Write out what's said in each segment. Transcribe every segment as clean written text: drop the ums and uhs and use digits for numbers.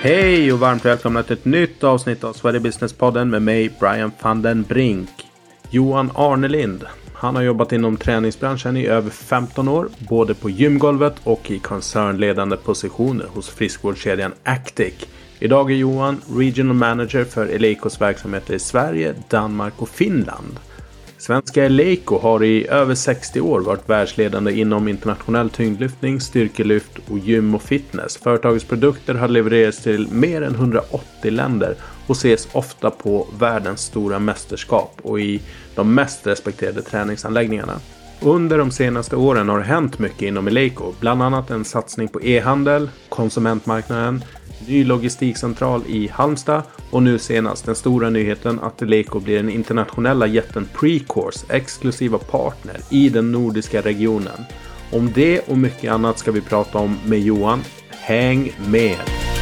Hej och varmt välkomna till ett nytt avsnitt av Sverige Business-podden med mig Brian van den Brink. Johan Arnelind, han har jobbat inom träningsbranschen i över 15 år, både på gymgolvet och i koncernledande positioner hos friskvårdskedjan Actic. Idag är Johan Regional Manager för Eleikos verksamheter i Sverige, Danmark och Finland. Svenska Eleiko har i över 60 år varit världsledande inom internationell tyngdlyftning, styrkelyft och gym och fitness. Företagets produkter har levererats till mer än 180 länder och ses ofta på världens stora mästerskap och i de mest respekterade träningsanläggningarna. Under de senaste åren har det hänt mycket inom Eleiko, bland annat en satsning på e-handel, konsumentmarknaden, ny logistikcentral i Halmstad och nu senast den stora nyheten att Eleiko blir den internationella jätten Precourse exklusiva partner i den nordiska regionen. Om det och mycket annat ska vi prata om med Johan. Häng med!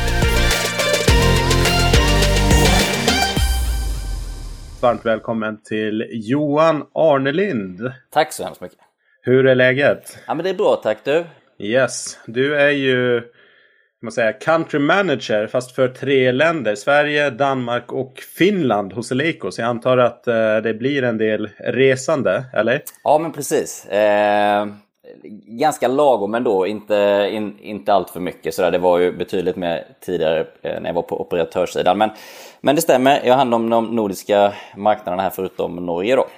Varmt välkommen till Johan Arnelind. Tack så hemskt mycket. Hur är läget? Ja, men det är bra, tack du. Yes, du är ju country manager fast för 3 länder. Sverige, Danmark och Finland hos Eleiko. Så jag antar att det blir en del resande, eller? Ja, men precis. Ganska lagom ändå, inte allt för mycket. Så det var ju betydligt mer tidigare när jag var på operatörssidan. Men det stämmer, jag har hand om de nordiska marknaderna här förutom Norge då.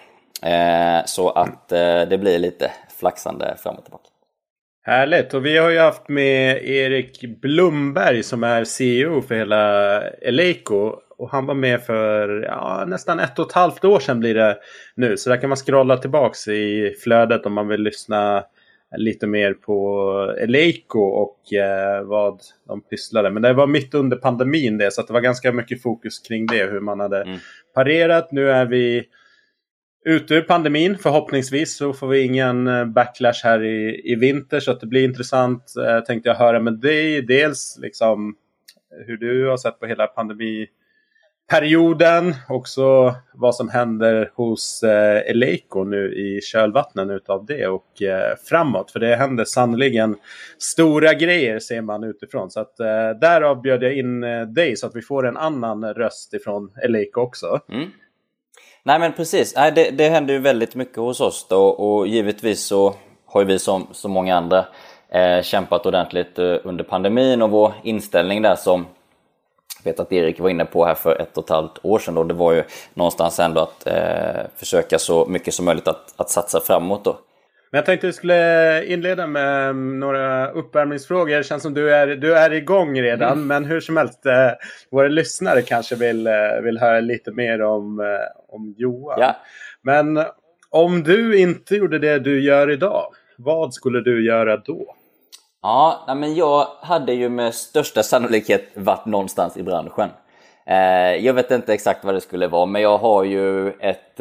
Så att det blir lite flaxande fram och tillbaka. Härligt, och vi har ju haft med Erik Blomberg som är CEO för hela Eleiko. Och han var med för nästan 1,5 år sedan blir det nu. Så där kan man scrolla tillbaks i flödet om man vill lyssna lite mer på Eleiko och vad de pysslade. Men det var mitt under pandemin det, så att det var ganska mycket fokus kring det, hur man hade parerat. Nu är vi ute ur pandemin, förhoppningsvis så får vi ingen backlash här i vinter, så att det blir intressant tänkte jag höra med dig. Dels liksom hur du har sett på hela pandemiperioden, också vad som händer hos Eleiko nu i kölvattnen utav det och framåt. För det händer sannoliken stora grejer ser man utifrån. Så att därav bjöd jag in dig så att vi får en annan röst ifrån Eleiko också. Nej, men precis. Det händer ju väldigt mycket hos oss då, och givetvis så har ju vi som så många andra kämpat ordentligt under pandemin, och vår inställning där som jag vet att Erik var inne på här för 1,5 år sedan då, det var ju någonstans ändå att försöka så mycket som möjligt att satsa framåt då. Men jag tänkte att vi skulle inleda med några uppvärmningsfrågor. Det känns som du är igång redan. Men hur som helst, våra lyssnare kanske vill höra lite mer om Johan. Ja. Men om du inte gjorde det du gör idag, vad skulle du göra då? Ja, men jag hade ju med största sannolikhet varit någonstans i branschen. Jag vet inte exakt vad det skulle vara, men jag har ju ett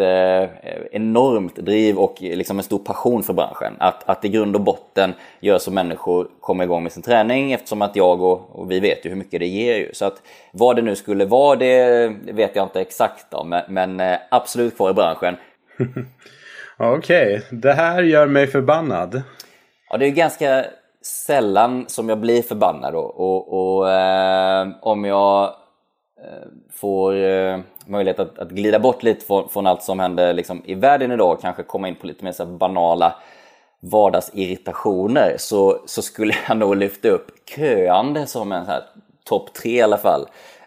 enormt driv och liksom en stor passion för branschen. Att i grund och botten gör så människor kommer igång med sin träning, eftersom att jag och vi vet ju hur mycket det ger ju. Så att vad det nu skulle vara, det vet jag inte exakt om, men absolut kvar i branschen. Okej, det här gör mig förbannad. Ja, det är ganska sällan som jag blir förbannad då. Och om jag får möjlighet att glida bort lite från allt som händer liksom i världen idag, kanske komma in på lite mer så banala vardagsirritationer, så skulle jag nog lyfta upp köande som en så här topp 3 i alla fall.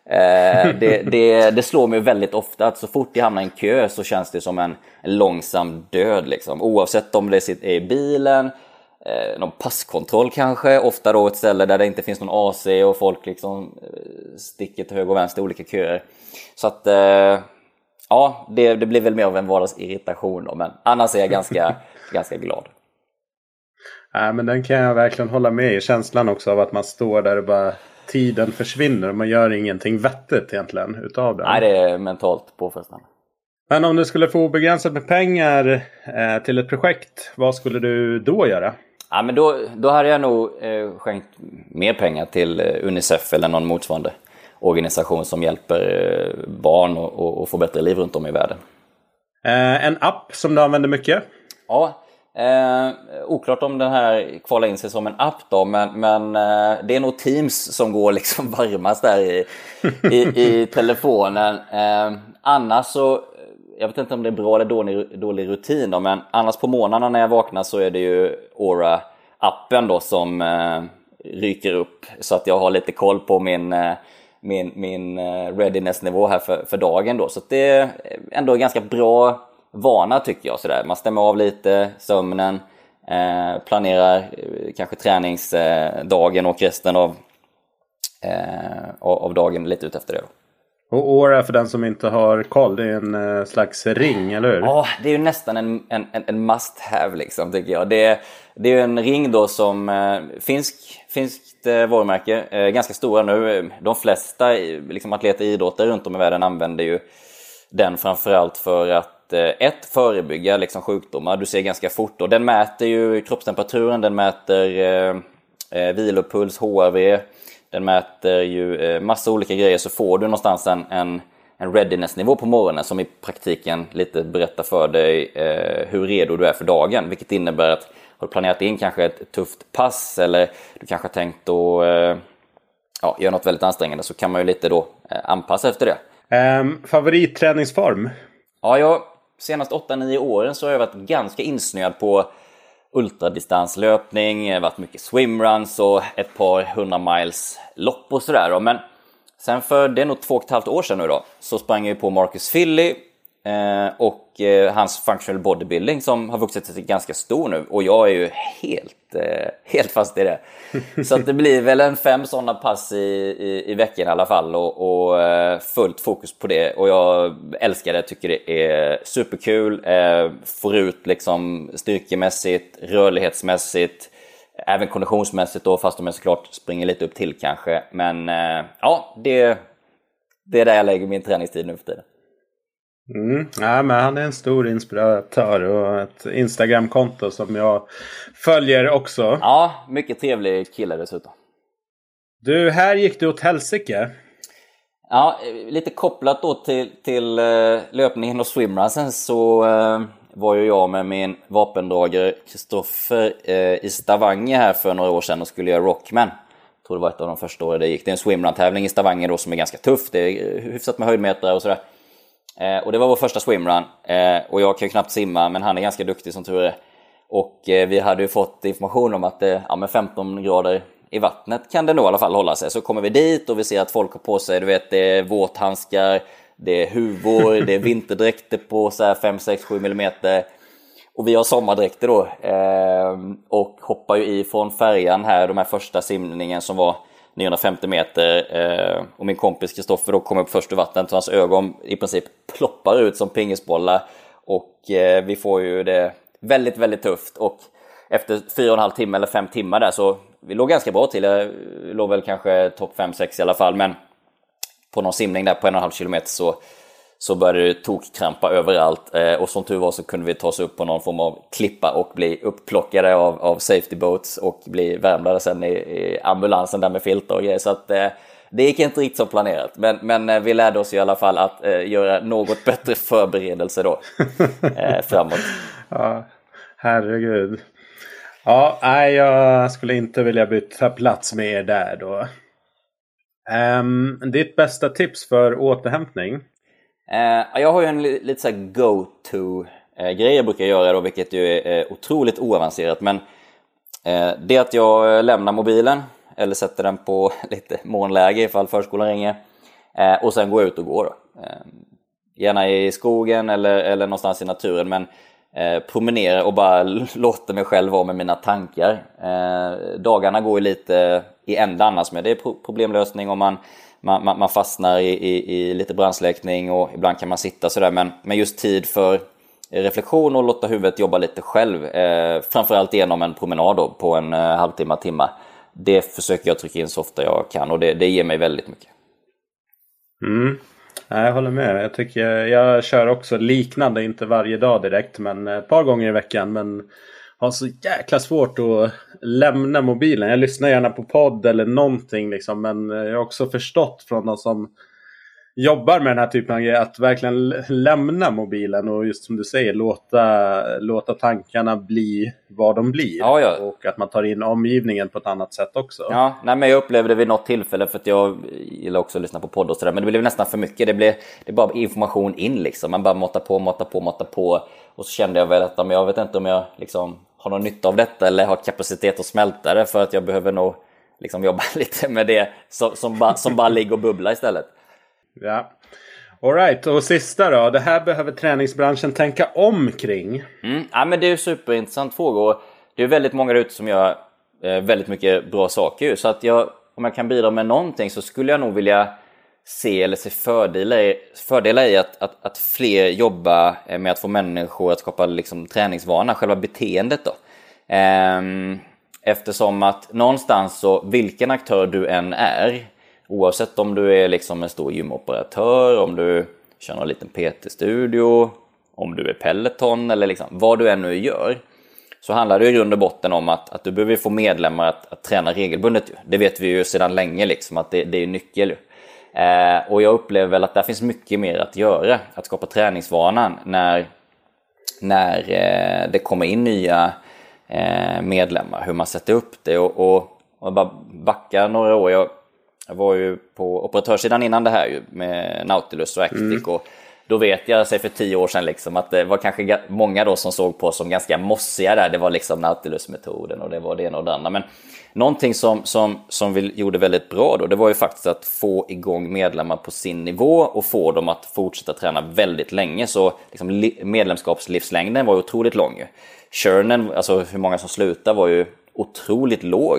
Det slår mig väldigt ofta att så fort jag hamnar i en kö så känns det som en långsam död liksom. Oavsett om det är i bilen, någon passkontroll kanske, ofta då ett ställe där det inte finns någon AC och folk liksom sticker till höger och vänster i olika köer. Så att ja, det blir väl mer av en vardagsirritation då, men annars är jag ganska glad. Ja, men den kan jag verkligen hålla med i, känslan också av att man står där och bara tiden försvinner och man gör ingenting vettigt egentligen utav det. Nej, det är mentalt påfrestande. Men om du skulle få obegränsat med pengar till ett projekt, vad skulle du då göra? Ja, men då hade jag nog skänkt mer pengar till UNICEF eller någon motsvarande organisation som hjälper barn och få bättre liv runt om i världen. En app som du använder mycket? Ja, Oklart om den här kvalar in sig som en app då, men det är nog Teams som går liksom varmast där i telefonen. Annars så, jag vet inte om det är bra eller dålig rutin då, men annars på morgnarna när jag vaknar så är det ju Aura-appen då som ryker upp, så att jag har lite koll på min readiness-nivå här för dagen då. Så att det är ändå en ganska bra vana tycker jag. Sådär. Man stämmer av lite sömnen, planerar kanske träningsdagen och resten av dagen lite ut efter det då. Och Aura, för den som inte har koll, det är en slags ring, eller hur? Ja, det är ju nästan en must have liksom, tycker jag. Det är ju en ring då som finskt varumärke, ganska stora nu. De flesta liksom, atleter och idrottare runt om i världen använder ju den framförallt för att förebygga liksom, sjukdomar. Du ser ganska fort, och den mäter ju kroppstemperaturen, den mäter vilopuls, HRV. Den mäter ju massa olika grejer, så får du någonstans en readiness-nivå på morgonen som i praktiken lite berättar för dig hur redo du är för dagen. Vilket innebär att har du planerat in kanske ett tufft pass, eller du kanske har tänkt att göra något väldigt ansträngande, så kan man ju lite då anpassa efter det. Favoritträningsform? Ja, senast 8-9 åren så har jag varit ganska insnöad på ultradistanslöpning, varit mycket swimruns och ett par 100 miles lopp och sådär. Men sen för det är nog 2,5 år sedan nu då, så sprang jag på Marcus Filly och hans functional bodybuilding som har vuxit sig ganska stor nu, och jag är ju helt fast i det. Så att det blir väl en 5 sådana pass i veckan i alla fall, och fullt fokus på det, och jag älskar det, tycker det är superkul, får ut liksom styrkemässigt, rörlighetsmässigt, även konditionsmässigt då, fast om jag såklart springer lite upp till kanske, men det är där jag lägger min träningstid nu för tiden. Ja, men han är en stor inspiratör och ett Instagram-konto som jag följer också. Ja, mycket trevlig kille dessutom. Du, här gick du åt helsike. Ja, lite kopplat då till löpningen och swimrunsen, så var ju jag med min vapendragare Kristoffer i Stavanger här för några år sedan och skulle göra Rockman. Jag tror det var ett av de första åren det gick. Det är en swimrun-tävling i Stavanger då som är ganska tuff. Det är hyfsat med höjdmeter och sådär. Och det var vår första swimrun, och jag kan ju knappt simma, men han är ganska duktig som tur är. Och vi hade ju fått information om att med 15 grader i vattnet kan det nog i alla fall hålla sig. Så kommer vi dit och vi ser att folk har på sig, du vet, det är våthandskar, det är huvor, det är vinterdräkter på så här 5, 6, 7 millimeter. Och vi har sommardräkter då, och hoppar ju ifrån färjan här, de här första simningen som var 950 meter, och min kompis Kristoffer då kom upp först ur vattnet, så hans ögon i princip ploppar ut som pingisbollar, och vi får ju det väldigt, väldigt tufft, och efter 4,5 timmar eller 5 timmar där, så vi låg ganska bra till, jag låg väl kanske topp 5-6 i alla fall, men på någon simning där på 1,5 kilometer så började det tokkrampa överallt, och som tur var så kunde vi ta oss upp på någon form av klippa och bli uppplockade av safety boats och bli värmda sen i ambulansen där med filter och grejer. Så att det gick inte riktigt som planerat, men vi lärde oss i alla fall att göra något bättre förberedelse då framåt. Ja, herregud. Ja, nej, jag skulle inte vilja byta plats med er där då. Ditt bästa tips för återhämtning? Jag har ju en lite så här go-to-grej jag brukar göra då, vilket ju är otroligt oavancerat, men det är att jag lämnar mobilen eller sätter den på lite månläge ifall förskolan ringer, och sen går jag ut och går då. Gärna i skogen eller någonstans i naturen, men promenera och bara låta mig själv vara med mina tankar. Dagarna går ju lite i ända annars, med det är problemlösning om man fastnar i lite brandsläckning, och ibland kan man sitta sådär, men just tid för reflektion och låta huvudet jobba lite själv, framförallt genom en promenad då, på en halvtimme. Det försöker jag trycka in så ofta jag kan, och det ger mig väldigt mycket. Jag håller med. Jag tycker jag kör också liknande, inte varje dag direkt, men ett par gånger i veckan, men har så jäkla svårt att lämna mobilen. Jag lyssnar gärna på podd eller någonting liksom, men jag har också förstått från de som jobbar med den här typen av grejer, att verkligen lämna mobilen och just som du säger låta tankarna bli vad de blir. Ja, ja. Och att man tar in omgivningen på ett annat sätt också. Ja, nej, men jag upplevde det vid något tillfälle, för att jag gillar också att lyssna på podd och sådär, men det blev nästan för mycket. Det är bara information in liksom, man bara matar på och så kände jag väl att jag vet inte om jag liksom har någon nytta av detta eller har kapacitet att smälta det, för att jag behöver nog liksom jobba lite med det som bara ligger och bubbla istället. Ja. All right, och sista då. Det här behöver träningsbranschen tänka om kring. Ja, men det är ju superintressant fråga, och det är väldigt många där ute som gör väldigt mycket bra saker. Så att om jag kan bidra med någonting, så skulle jag nog vilja se fördelar i att fler jobbar med att få människor att skapa liksom träningsvana, själva beteendet då. Eftersom att någonstans så, vilken aktör du än är, oavsett om du är liksom en stor gymoperatör, om du kör en liten PT-studio, om du är Peloton eller liksom vad du än nu gör, så handlar det i grund och botten om att du behöver få medlemmar att träna regelbundet. Det vet vi ju sedan länge liksom, att det är nyckel. Och jag upplever väl att där finns mycket mer att göra, att skapa träningsvanan när det kommer in nya medlemmar, hur man sätter upp det. Och bara backa några år, jag var ju på operatörssidan innan det här ju, med Nautilus och Actic, och då vet jag sig för 10 år sedan liksom, att det var kanske många då som såg på som ganska mossiga där. Det var liksom Nautilus-metoden och det var det ena och det andra. Men någonting som vi gjorde väldigt bra då, det var ju faktiskt att få igång medlemmar på sin nivå och få dem att fortsätta träna väldigt länge. Så liksom, medlemskapslivslängden var ju otroligt lång. Churnen, alltså hur många som slutar, var ju otroligt låg.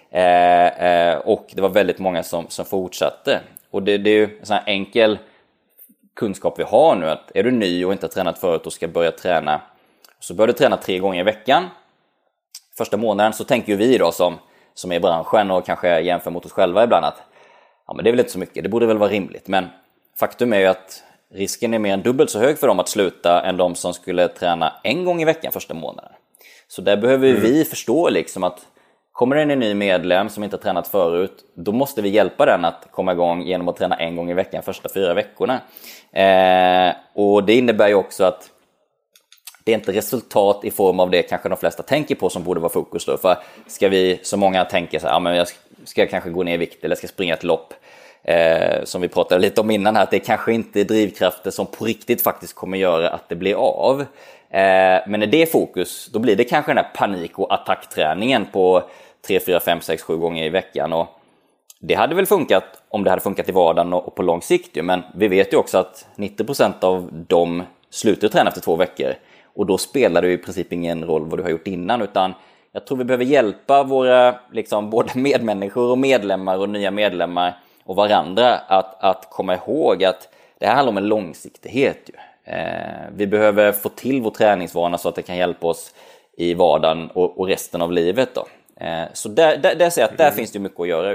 Och det var väldigt många som fortsatte. Och det är ju en sån här enkel kunskap vi har nu, att är du ny och inte har tränat förut och ska börja träna, så bör du träna 3 gånger i veckan. Första månaden så tänker ju vi då som är i branschen och kanske jämför mot oss själva ibland att ja, men det är väl inte så mycket, det borde väl vara rimligt. Men faktum är ju att risken är mer än dubbelt så hög för dem att sluta än de som skulle träna 1 gång i veckan första månaden. Så där behöver vi förstå liksom att kommer det en ny medlem som inte har tränat förut, då måste vi hjälpa den att komma igång genom att träna 1 gång i veckan första 4 veckorna. Och det innebär ju också att det är inte resultat i form av det kanske de flesta tänker på som borde vara fokus då. För ska vi, så många tänker så här, ja, men jag ska kanske gå ner i vikt eller ska springa ett lopp. Som vi pratade lite om innan här, att det kanske inte är drivkrafter som på riktigt faktiskt kommer göra att det blir av. Men när det är fokus, då blir det kanske den här panik- och attackträningen på 3, 4, 5, 6, 7 gånger i veckan. Och det hade väl funkat om det hade funkat i vardagen och på lång sikt. Men vi vet ju också att 90% av dem slutar träna efter 2 veckor. Och då spelar det ju i princip ingen roll vad du har gjort innan. Utan jag tror vi behöver hjälpa våra liksom, både medmänniskor och medlemmar och nya medlemmar och varandra att komma ihåg att det här handlar om en långsiktighet ju. Vi behöver få till vår träningsvana så att det kan hjälpa oss i vardagen och resten av livet då. Så där ser jag att där finns det mycket att göra.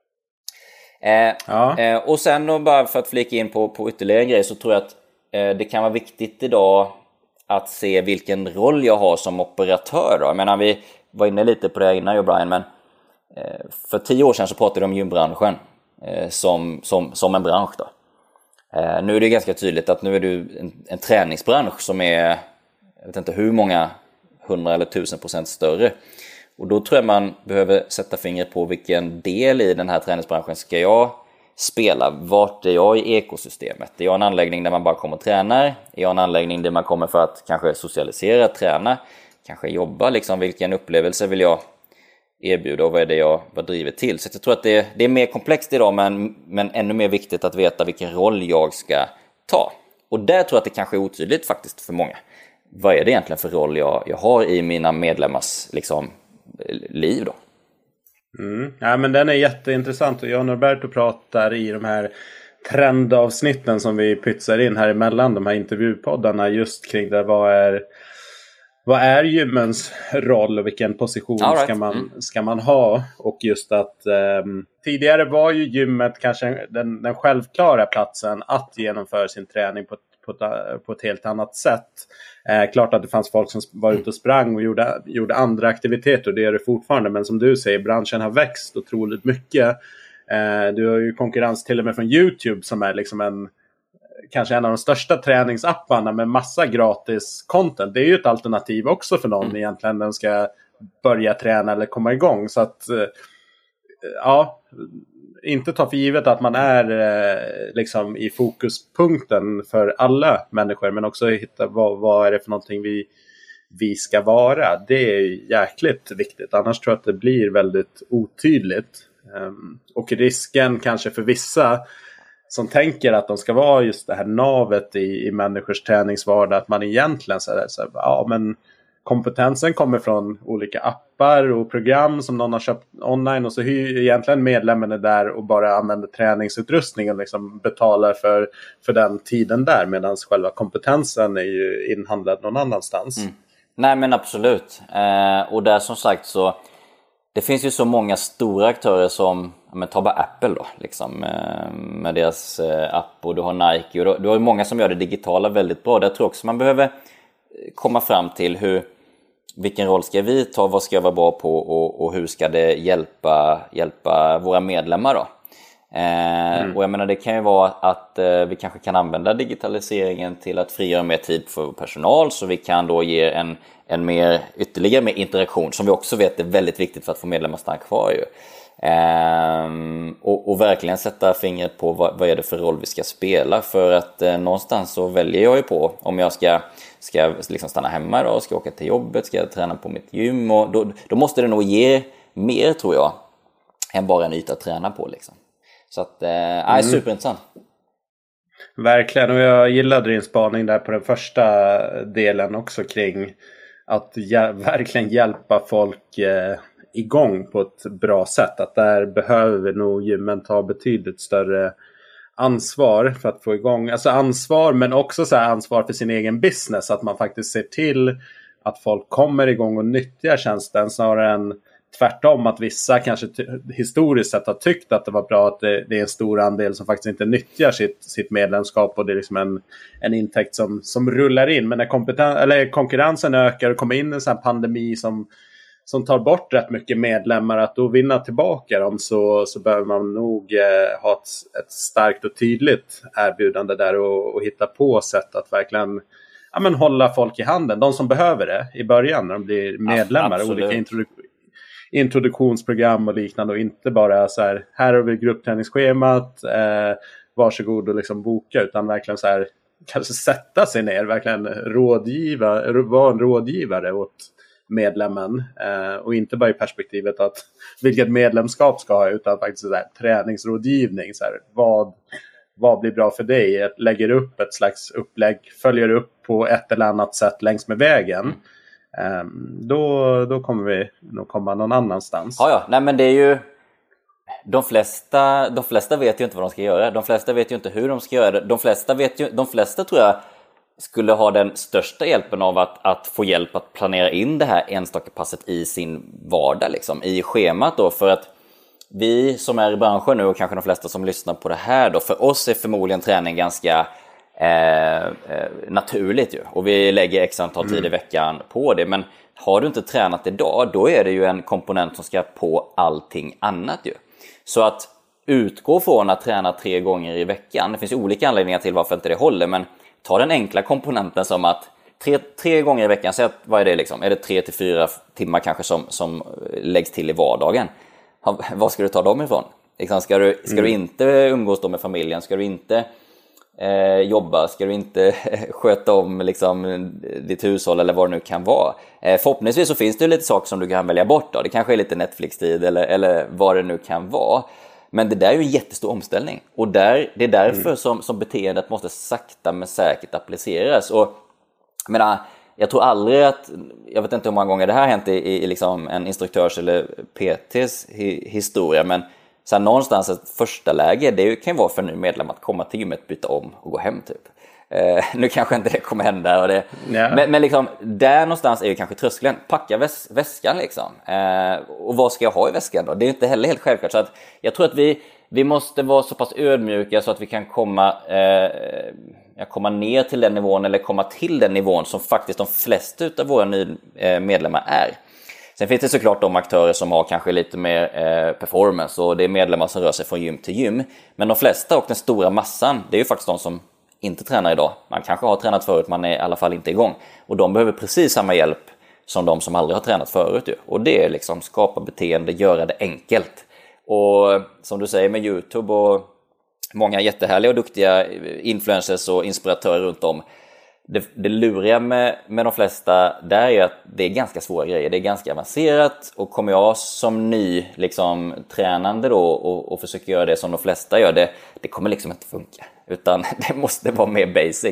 Och sen då, bara för att flika in på ytterligare en grej, så tror jag att det kan vara viktigt idag att se vilken roll jag har som operatör då. Jag menar, vi var inne lite på det innan jag och Brian, men för 10 år sedan så pratade vi om gymbranschen som en bransch då. Nu är det ganska tydligt att nu är du en träningsbransch som är, jag vet inte hur många 100 eller 1000% större. Och då tror jag man behöver sätta fingret på vilken del i den här träningsbranschen ska jag spela. Vart är jag i ekosystemet? Är jag en anläggning där man bara kommer och tränar? Är jag en anläggning där man kommer för att kanske socialisera, träna, kanske jobba? Liksom, vilken upplevelse vill jag erbjuda och vad är det jag driver till? Så jag tror att det är mer komplext idag, men ännu mer viktigt att veta vilken roll jag ska ta. Och där tror jag att det kanske är otydligt faktiskt för många. Vad är det egentligen för roll jag har i mina medlemmars liksom, liv då? Ja, men den är jätteintressant, och jag och Norberto pratar i de här trendavsnitten som vi pytsar in här emellan de här intervjupoddarna just kring det. Vad är gymmens roll och vilken position ska man ha? Och just att tidigare var ju gymmet kanske den självklara platsen att genomföra sin träning på ett helt annat sätt. Klart att det fanns folk som var ute och sprang och gjorde andra aktiviteter, och det gör det fortfarande. Men som du säger, branschen har växt otroligt mycket. Du har ju konkurrens till och med från YouTube som är liksom kanske en av de största träningsapparna med massa gratis content. Det är ju ett alternativ också för någon egentligen när den ska börja träna eller komma igång. Så att ja, inte ta för givet att man är liksom i fokuspunkten för alla människor, men också hitta vad är det för någonting vi ska vara. Det är jäkligt viktigt, annars tror jag att det blir väldigt otydligt. Och risken kanske för vissa som tänker att de ska vara just det här navet i människors träningsvardag, att man egentligen ja, men kompetensen kommer från olika appar och program som någon har köpt online, och så hyr egentligen medlemmen är där och bara använder träningsutrustning och liksom betalar för den tiden där, medan själva kompetensen är ju inhandlad någon annanstans. Nej, men absolut. Och där som sagt så det finns ju så många stora aktörer som, ta bara Apple då, liksom, med deras app, och du har Nike, och du har ju många som gör det digitala väldigt bra. Där tror jag också man behöver komma fram till vilken roll ska vi ta, vad ska jag vara bra på, och hur ska det hjälpa våra medlemmar då. Och jag menar, det kan ju vara att vi kanske kan använda digitaliseringen till att frigöra mer tid för personal, så vi kan då ge ytterligare mer interaktion, som vi också vet är väldigt viktigt för att få medlemmar att stanna kvar ju. Och verkligen sätta fingret på vad är det för roll vi ska spela, för att någonstans så väljer jag ju på om jag ska liksom stanna hemma då, ska åka till jobbet, ska jag träna på mitt gym, och då måste det nog ge mer, tror jag, än bara en yta att träna på liksom. Så att superintressant. Verkligen, och jag gillade din spaning där på den första delen också kring att verkligen hjälpa folk igång på ett bra sätt. Att där behöver vi nog gymmen ta betydligt större ansvar för att få igång. Alltså ansvar, men också så här ansvar för sin egen business. Att man faktiskt ser till att folk kommer igång och nyttjar tjänsten, snarare än tvärtom, att vissa kanske historiskt sett har tyckt att det var bra att det är en stor andel som faktiskt inte nyttjar sitt medlemskap, och det är liksom en intäkt som rullar in. Men när konkurrensen ökar och kommer in en sån här pandemi som tar bort rätt mycket medlemmar, att då vinna tillbaka dem, så behöver man nog ha ett starkt och tydligt erbjudande där, och hitta på sätt att verkligen hålla folk i handen. De som behöver det i början när de blir medlemmar. Ja, olika introduktionsprogram och liknande, och inte bara så här har vi gruppträningsschemat, varsågod och liksom boka, utan verkligen så här kanske sätta sig ner, verkligen vara en rådgivare åt medlemmen, och inte bara i perspektivet att vilket medlemskap ska ha, utan faktiskt så här träningsrådgivning, så här, vad blir bra för dig, lägger upp ett slags upplägg, följer upp på ett eller annat sätt längs med vägen. Då kommer vi nog komma någon annanstans. Ja, nej, men det är ju de flesta vet ju inte vad de ska göra. De flesta vet ju inte hur de ska göra det. De flesta tror jag skulle ha den största hjälpen av att få hjälp att planera in det här enstaka passet i sin vardag liksom, i schemat då, för att vi som är i branschen nu, och kanske de flesta som lyssnar på det här då, för oss är förmodligen träning ganska naturligt ju, och vi lägger x antal tid i veckan på det. Men har du inte tränat idag, då är det ju en komponent som ska på allting annat ju. Så att utgå från att träna 3 gånger i veckan, det finns ju olika anledningar till varför inte det håller, men ta den enkla komponenten som att 3 gånger i veckan, så att, vad är det liksom? Är det 3 till 4 timmar kanske som läggs till i vardagen? Vad ska du ta dem ifrån? Liksom, ska du inte umgås då med familjen? Ska du inte jobba? Ska du inte sköta om liksom ditt hushåll eller vad det nu kan vara? Förhoppningsvis så finns det lite saker som du kan välja bort då. Det kanske är lite Netflix-tid eller vad det nu kan vara. Men det där är ju en jättestor omställning. Och det är därför som beteendet måste sakta men säkert appliceras. Och jag tror aldrig att, jag vet inte hur många gånger det här har hänt i liksom en instruktörs eller PTs historia, men så här, någonstans ett första läge, det kan ju vara för en ny medlem att komma till gymmet, byta om och gå hem typ. Nu kanske inte det kommer hända, och men liksom, där någonstans är ju kanske tröskeln. Packa väskan liksom. Och vad ska jag ha i väskan då? Det är inte heller helt självklart. Så att jag tror att vi måste vara så pass ödmjuka så att vi kan komma ner till den nivån, eller komma till den nivån som faktiskt de flesta av våra medlemmar är. Sen finns det såklart de aktörer som har kanske lite mer performance, och det är medlemmar som rör sig från gym till gym. Men de flesta och den stora massan, det är ju faktiskt de som inte tränar idag. Man kanske har tränat förut, man är i alla fall inte igång. Och de behöver precis samma hjälp som de som aldrig har tränat förut. Och det är liksom skapa beteende, göra det enkelt. Och som du säger med YouTube och många jättehärliga och duktiga influencers och inspiratörer runt om. Det luriga med de flesta där är att det är ganska svåra grejer. Det är ganska avancerat, och kommer jag som ny liksom, tränande då och försöker göra det som de flesta gör, det kommer liksom inte funka. Utan det måste vara mer basic.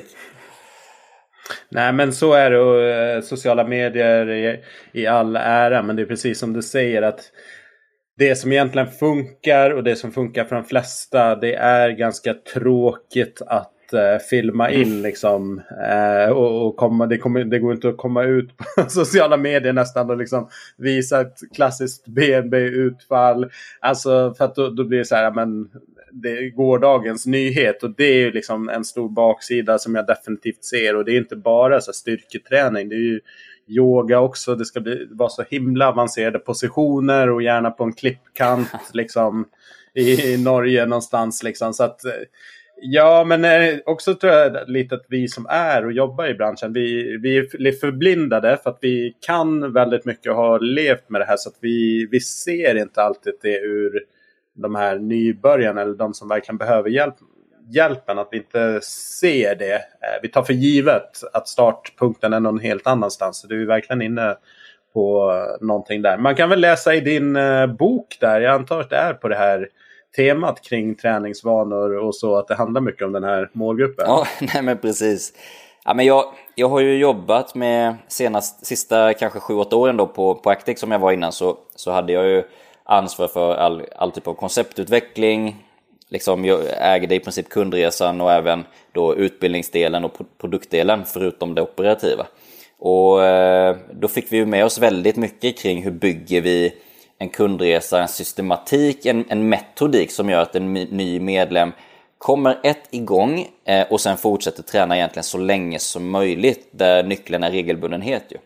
Nej, men så är det, och sociala medier i all ära, men det är precis som du säger att det som egentligen funkar och det som funkar för de flesta, det är ganska tråkigt att filma in liksom, och det går inte att komma ut på sociala medier nästan och liksom visa ett klassiskt BNB-utfall, alltså för att då blir det så här, men det är gårdagens nyhet, och det är ju liksom en stor baksida som jag definitivt ser, och det är inte bara så styrketräning, det är ju yoga också, det ska vara så himla avancerade positioner och gärna på en klippkant liksom i Norge någonstans liksom, så att ja, men också tror jag lite att vi som är och jobbar i branschen, vi är förblindade för att vi kan väldigt mycket och har levt med det här, så att vi ser inte alltid det ur de här nybörjarna eller de som verkligen behöver hjälpen, att vi inte ser det. Vi tar för givet att startpunkten är någon helt annanstans, så du är verkligen inne på någonting där. Man kan väl läsa i din bok där, jag antar att det är på det här temat kring träningsvanor och så, att det handlar mycket om den här målgruppen. Ja, nej men precis. Ja, men jag har ju jobbat med sista kanske 7-8 åren då på Actic som jag var innan, så hade jag ju ansvar för all typ av konceptutveckling. Liksom jag ägde i princip kundresan och även då utbildningsdelen och produktdelen förutom det operativa. Och då fick vi ju med oss väldigt mycket kring hur bygger vi en kundresa, en systematik, en metodik som gör att en ny medlem kommer igång och sen fortsätter träna egentligen så länge som möjligt, där nyckeln är regelbundenhet ju.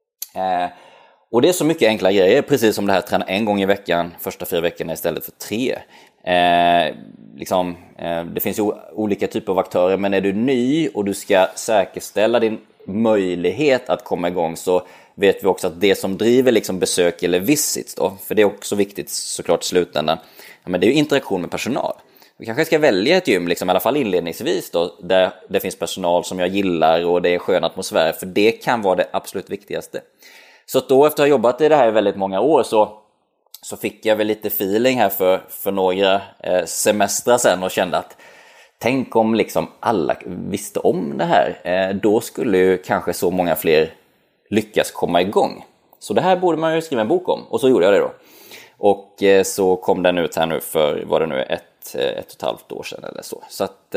Och det är så mycket enkla grejer, precis som det här träna en gång i veckan första 4 veckorna istället för 3. Det finns ju olika typer av aktörer, men är du ny och du ska säkerställa din möjlighet att komma igång, så vet vi också att det som driver liksom besök eller visits då, för det är också viktigt såklart i slutändan, men det är ju interaktion med personal. Vi kanske ska välja ett gym liksom, i alla fall inledningsvis då, där det finns personal som jag gillar och det är skön atmosfär, för det kan vara det absolut viktigaste. Så då efter att ha jobbat i det här i väldigt många år så fick jag väl lite feeling här för några semestrar sedan och kände att tänk om liksom alla visste om det här, då skulle ju kanske så många fler lyckas komma igång. Så det här borde man ju skriva en bok om, och så gjorde jag det då. Och så kom den ut här nu för, var det nu ett och ett halvt år sedan eller så. Så att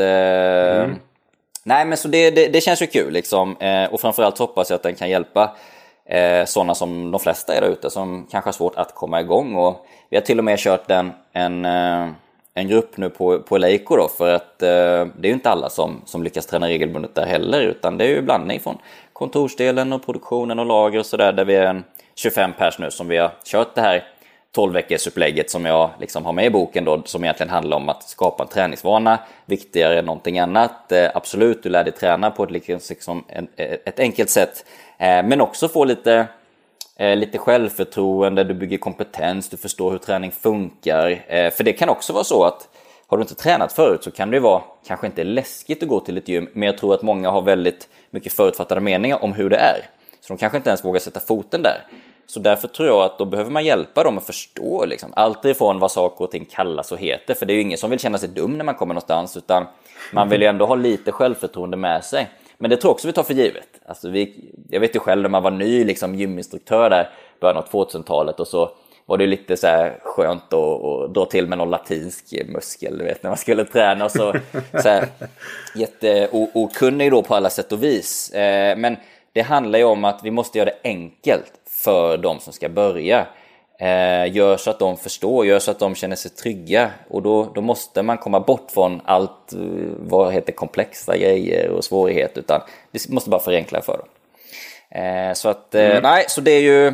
nej, men så det känns ju kul liksom, och framförallt hoppas jag att den kan hjälpa sådana som de flesta är där ute som kanske har svårt att komma igång. Och vi har till och med kört en grupp nu på Leico då, för att det är ju inte alla som lyckas träna regelbundet där heller, utan det är ju blandning från kontorsdelen och produktionen och lager och sådär, där vi är en 25 pers nu som vi har kört det här 12 veckors upplägget som jag liksom har med i boken då, som egentligen handlar om att skapa en träningsvana, viktigare än någonting annat. Absolut, du lär dig träna på ett enkelt sätt, men också få lite självförtroende, du bygger kompetens, du förstår hur träning funkar. För det kan också vara så att har du inte tränat förut så kan det vara kanske inte läskigt att gå till ett gym, men jag tror att många har väldigt mycket förutfattade meningar om hur det är. Så de kanske inte ens vågar sätta foten där. Så därför tror jag att då behöver man hjälpa dem att förstå liksom, allt ifrån vad saker och ting kallas och heter. För det är ju ingen som vill känna sig dum när man kommer någonstans, utan man vill ju ändå ha lite självförtroende med sig. Men det tror jag också vi tar för givet. Alltså jag vet ju själv när man var ny liksom, gyminstruktör där början av 2000-talet, och så var det lite så här skönt att dra till med någon latinsk muskel, du vet, när man skulle träna, och så här, jätteokunnig då på alla sätt och vis. Men det handlar ju om att vi måste göra det enkelt för de som ska börja. Gör så att de förstår, gör så att de känner sig trygga, och då måste man komma bort från allt vad heter komplexa grejer och svårigheter, utan det måste bara förenkla för dem. Så att nej, så det är ju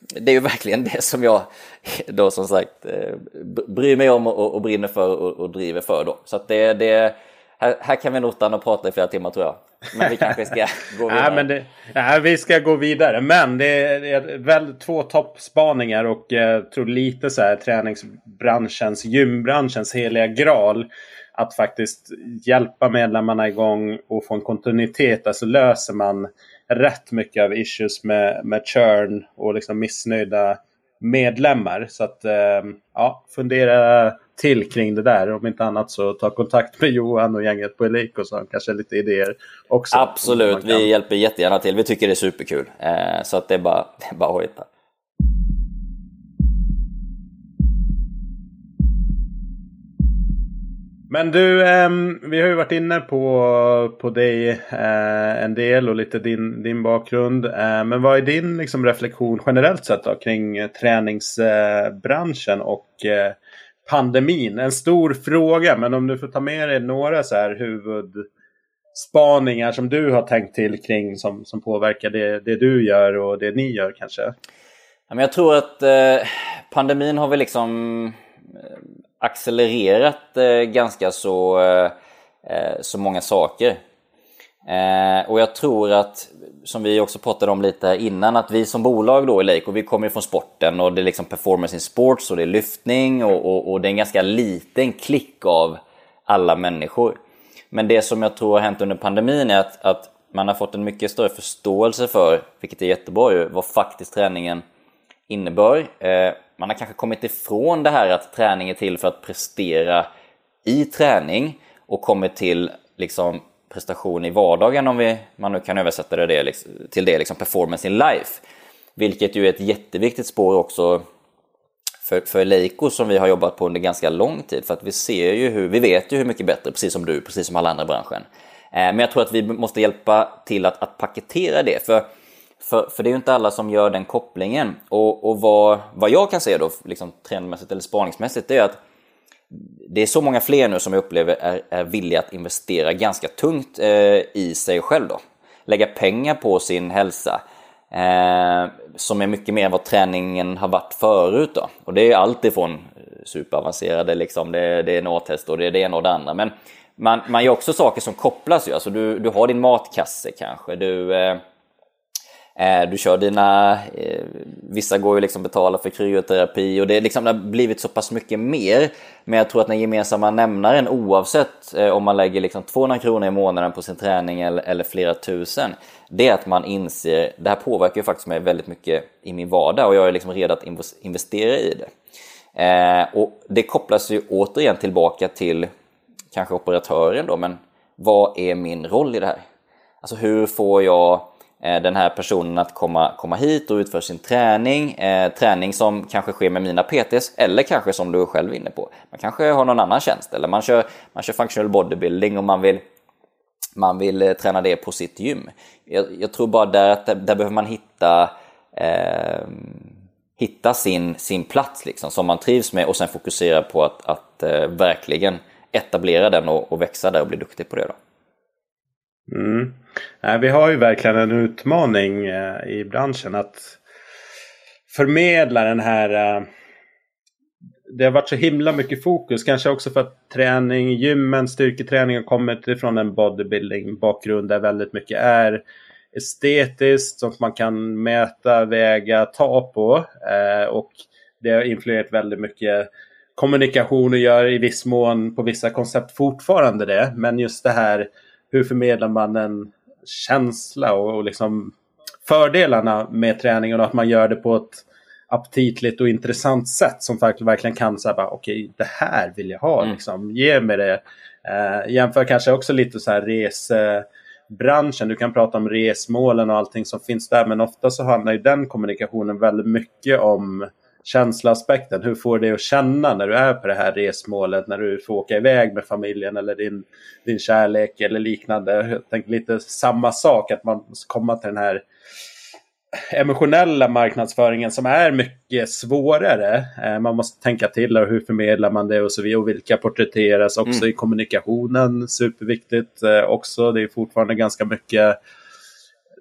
det är ju verkligen det som jag då som sagt bryr mig om och brinner för och driver för då. Så att här kan vi nog stanna och prata i flera timmar tror jag. Men vi kanske ska gå vidare. Vi ska gå vidare. Men det är väl 2 toppspaningar och jag tror lite så här träningsbranschens, gymbranschens heliga graal. Att faktiskt hjälpa medlemmarna igång och få en kontinuitet. Alltså löser man rätt mycket av issues med churn och liksom missnöjda medlemmar. Så att fundera till kring det där. Om inte annat så ta kontakt med Johan och gänget på Eleiko så har kanske lite idéer också. Absolut, vi hjälper jättegärna till. Vi tycker det är superkul. Så att det är bara att hitta. Men du, vi har ju varit inne på dig en del och lite din bakgrund. Men vad är din liksom, reflektion generellt sett då, kring träningsbranschen och pandemin? En stor fråga, men om du får ta med dig några så här huvudspaningar som du har tänkt till kring som påverkar det du gör och det ni gör kanske? Ja, men jag tror att pandemin har väl liksom accelererat ganska så många saker. Och jag tror att, som vi också pratade om lite innan, att vi som bolag då i Eleiko, vi kommer ju från sporten och det är liksom performance in sports och det är lyftning och det är en ganska liten klick av alla människor. Men det som jag tror har hänt under pandemin är att man har fått en mycket större förståelse för, vilket är jättebra, vad faktiskt träningen innebär. Man har kanske kommit ifrån det här att träning är till för att prestera i träning och kommit till liksom prestation i vardagen, om man nu kan översätta det till det liksom performance in life, vilket ju är ett jätteviktigt spår också för Eleiko som vi har jobbat på under ganska lång tid, för att vi vet ju hur mycket bättre, precis som du, precis som alla andra i branschen. Men jag tror att vi måste hjälpa till att paketera det, för det är ju inte alla som gör den kopplingen. Och vad jag kan säga då, liksom trendmässigt eller spaningsmässigt, det är att det är så många fler nu som jag upplever är villiga att investera ganska tungt i sig själv då. Lägga pengar på sin hälsa. Som är mycket mer än vad träningen har varit förut då. Och det är allt ifrån superavancerade liksom, det är nåtest och det är det ena och det andra. Men man gör också saker som kopplas ju. Alltså du har din matkasse kanske, du kör vissa går ju liksom betala för kryoterapi och det liksom har blivit så pass mycket mer. Men jag tror att den gemensamma nämnaren, oavsett om man lägger liksom 200 kronor i månaden på sin träning eller flera tusen, det är att man inser, det här påverkar ju faktiskt mig väldigt mycket i min vardag och jag är liksom redo att investera i det. Och det kopplas ju återigen tillbaka till kanske operatören då, men vad är min roll i det här? Alltså hur får jag den här personen att komma hit och utföra sin träning som kanske sker med mina PTs, eller kanske som du själv är inne på, man kanske har någon annan tjänst, eller man kör functional bodybuilding och man vill träna det på sitt gym. Jag tror bara där behöver man hitta sin plats liksom, som man trivs med, och sen fokusera på att verkligen etablera den och växa där och bli duktig på det då. Vi har ju verkligen en utmaning i branschen att förmedla den här. Det har varit så himla mycket fokus, kanske också för att gymmen, styrketräning har kommit ifrån en bodybuilding bakgrund där väldigt mycket är estetiskt, som man kan mäta, väga, ta på, och det har influerat väldigt mycket kommunikation och gör i viss mån på vissa koncept fortfarande det, men just det här, hur förmedlar man en känsla och liksom fördelarna med träningen, och att man gör det på ett aptitligt och intressant sätt som verkligen kan säga bara okej, det här vill jag ha, liksom, ge mig det. Jämför kanske också lite så här resebranschen, du kan prata om resmålen och allting som finns där, men ofta så handlar ju den kommunikationen väldigt mycket om känsloaspekten. Hur får det att känna när du är på det här resmålet, när du får åka iväg med familjen eller din kärlek eller liknande. Jag tänker lite samma sak, att man måste komma till den här emotionella marknadsföringen som är mycket svårare. Man måste tänka till hur förmedlar man det och så vidare, och vilka porträtteras också i kommunikationen, superviktigt också. Det är fortfarande ganska mycket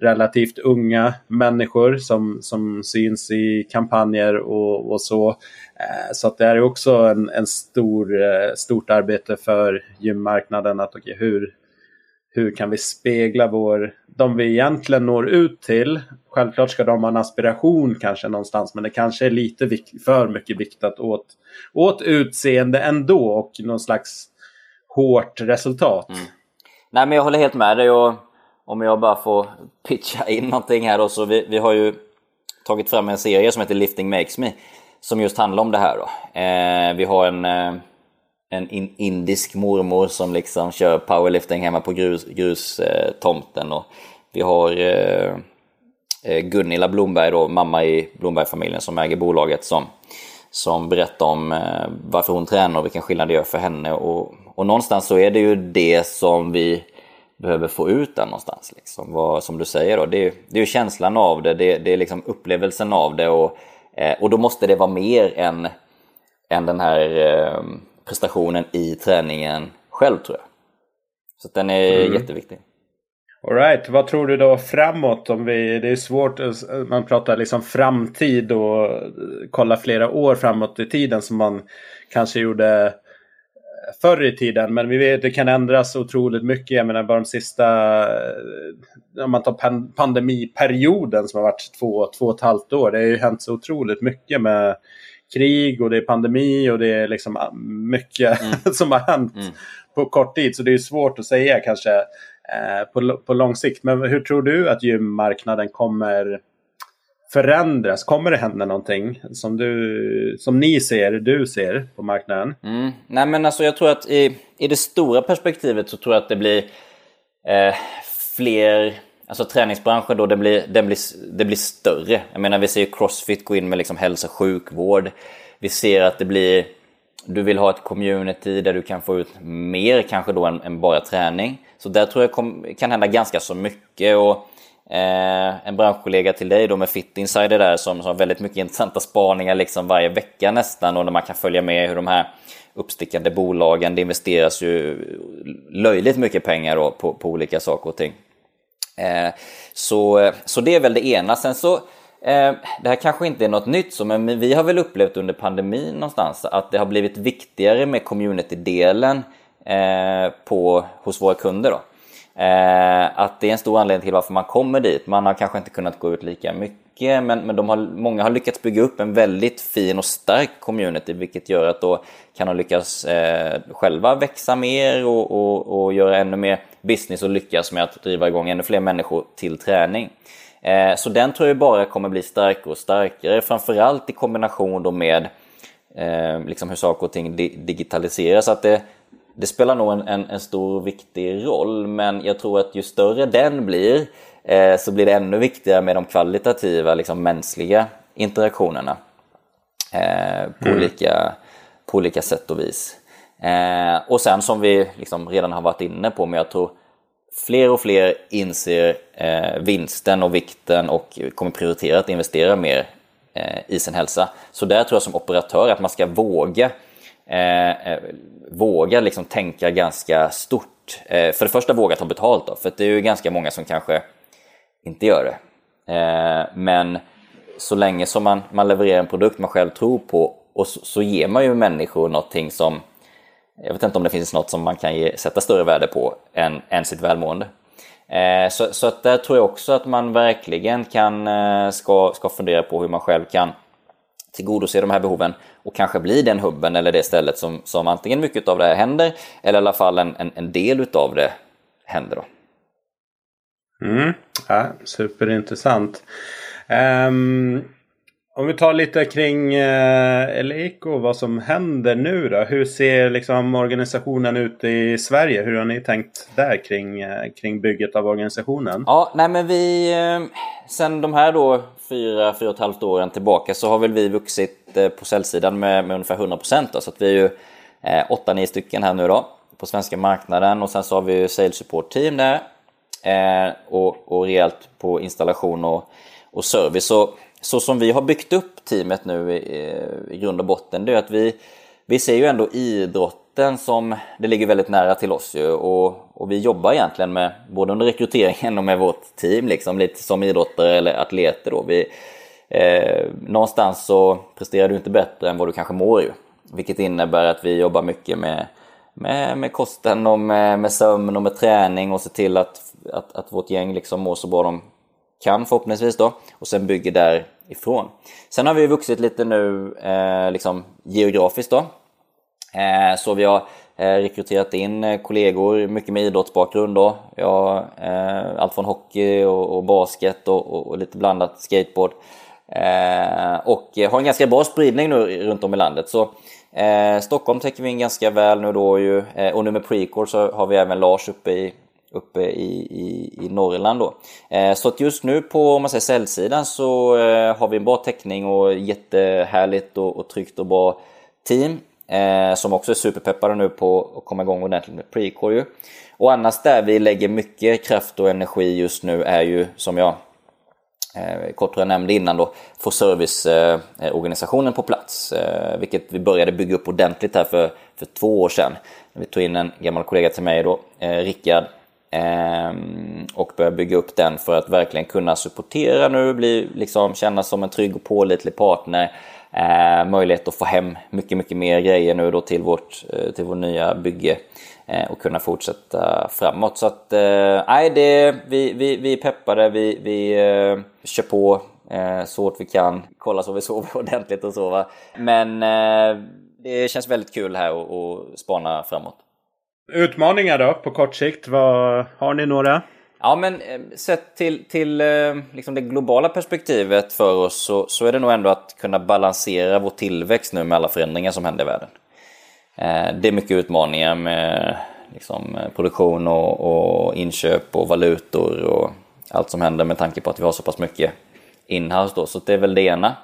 relativt unga människor som syns i kampanjer och så. Så att det är också en stort arbete för gymmarknaden att hur kan vi spegla de vi egentligen når ut till. Självklart ska de ha en aspiration kanske någonstans, men det kanske är lite för mycket viktat åt utseende ändå och någon slags hårt resultat. Nej, men jag håller helt med dig, och om jag bara får pitcha in någonting här då, så vi har ju tagit fram en serie som heter Lifting Makes Me, som just handlar om det här då. Vi har en indisk mormor som liksom kör powerlifting hemma på grustomten, och vi har Gunilla Blomberg då, mamma i Blomberg-familjen som äger bolaget, som berättar om varför hon tränar och vilken skillnad det gör för henne, och någonstans så är det ju det som vi behöver få ut där någonstans liksom. Som du säger då, det är ju känslan av det är liksom upplevelsen av det, och då måste det vara mer än den här prestationen i träningen själv, tror jag. Så den är jätteviktig. All right, vad tror du då framåt? Det är svårt, man pratar liksom framtid och kolla flera år framåt i tiden som man kanske gjorde förr i tiden. Men vi vet det kan ändras otroligt mycket. Jag menar bara de sista, om man tar pandemiperioden som har varit 2,5 år. Det har ju hänt så otroligt mycket med krig och det är pandemi och det är liksom mycket som har hänt på kort tid. Så det är svårt att säga kanske på lång sikt. Men hur tror du att gymmarknaden kommer förändras? Kommer det hända någonting som du ser på marknaden? Nej, men alltså jag tror att i det stora perspektivet så tror jag att det blir fler, alltså träningsbranschen då, det blir större. Jag menar, vi ser ju CrossFit gå in med liksom hälso- och sjukvård. Vi ser att det blir, du vill ha ett community där du kan få ut mer kanske då än bara träning. Så där tror jag kan hända ganska så mycket, och en branschkollega till dig då med Fit Insider där som har väldigt mycket intressanta spaningar liksom varje vecka nästan, och där man kan följa med hur de här uppstickande bolagen, det investeras ju löjligt mycket pengar då på olika saker och ting. Så det är väl det ena. Sen så det här kanske inte är något nytt men vi har väl upplevt under pandemin någonstans att det har blivit viktigare med community-delen hos våra kunder då. Att det är en stor anledning till varför man kommer dit. Man har kanske inte kunnat gå ut lika mycket, men många har lyckats bygga upp en väldigt fin och stark community, vilket gör att då kan de lyckas själva växa mer och göra ännu mer business och lyckas med att driva igång ännu fler människor till träning. Så den tror jag bara kommer bli starkare och starkare, framförallt i kombination då med liksom hur saker och ting digitaliseras. Att det spelar nog en stor och viktig roll, men jag tror att ju större den blir så blir det ännu viktigare med de kvalitativa liksom mänskliga interaktionerna på olika sätt och vis. Och sen som vi liksom redan har varit inne på, men jag tror fler och fler inser vinsten och vikten och kommer prioritera att investera mer i sin hälsa. Så där tror jag som operatör att man ska våga liksom tänka ganska stort. För det första våga ta betalt då, för det är ju ganska många som kanske inte gör det. Men så länge som man levererar en produkt man själv tror på, och så ger man ju människor någonting som, jag vet inte om det finns något som man kan sätta större värde på än sitt välmående. Så att där tror jag också att man verkligen ska fundera på hur man själv kan tillgodose de här behoven och kanske bli den hubben eller det stället som antingen mycket av det här händer eller i alla fall en del utav det händer då. Ja, superintressant. Om vi tar lite kring Eleiko, vad som händer nu då? Hur ser liksom organisationen ut i Sverige? Hur har ni tänkt där kring bygget av organisationen? Ja, nej men vi, sen de här då 4,5 åren tillbaka så har väl vi vuxit på säljsidan med ungefär 100% då, så att vi är ju 8-9 stycken här nu då på svenska marknaden, och sen så har vi ju sales support team där och rejält på installation och service. Så som vi har byggt upp teamet nu i grund och botten, det är att vi ser ju ändå idrott idrotten som det ligger väldigt nära till oss ju, och vi jobbar egentligen med både under rekryteringen och med vårt team liksom, lite som idrottare eller atleter då. Någonstans så presterar du inte bättre än vad du kanske mår ju, vilket innebär att vi jobbar mycket med kosten och med sömn och med träning och se till att vårt gäng liksom mår så bra de kan förhoppningsvis då, och sen bygger därifrån. Sen har vi vuxit lite nu liksom geografiskt då, så vi har rekryterat in kollegor mycket med idrottsbakgrund då. Jag allt från hockey och basket och lite blandat skateboard, och har en ganska bra spridning nu runt om i landet. Så Stockholm täcker vi in ganska väl nu då ju, och nu med Precore så har vi även Lars uppe i Norrland då. Så att just nu på, om man säger, säljsidan så har vi en bra täckning och jättehärligt och tryggt och bra team, som också är superpeppade nu på att komma igång ordentligt med Precore ju. Och annars där vi lägger mycket kraft och energi just nu är ju, som jag kort jag nämnde innan då, få serviceorganisationen på plats, vilket vi började bygga upp ordentligt här för 2 år sedan. Vi tog in en gammal kollega till mig då, Rickard, och började bygga upp den för att verkligen kunna supportera nu, liksom kännas som en trygg och pålitlig partner, möjlighet att få hem mycket mer grejer nu då till vår nya bygge, och kunna fortsätta framåt. Så att vi är peppade, vi kör på så hårt vi kan, kolla så vi sover ordentligt och sova. Men det känns väldigt kul här att spana framåt. Utmaningar då på kort sikt, har ni några? Ja, men sett till liksom det globala perspektivet för oss så är det nog ändå att kunna balansera vår tillväxt nu med alla förändringar som händer i världen. Det är mycket utmaningar med liksom produktion och inköp och valutor och allt som händer med tanke på att vi har så pass mycket inhouse då. Så det är väl det ena.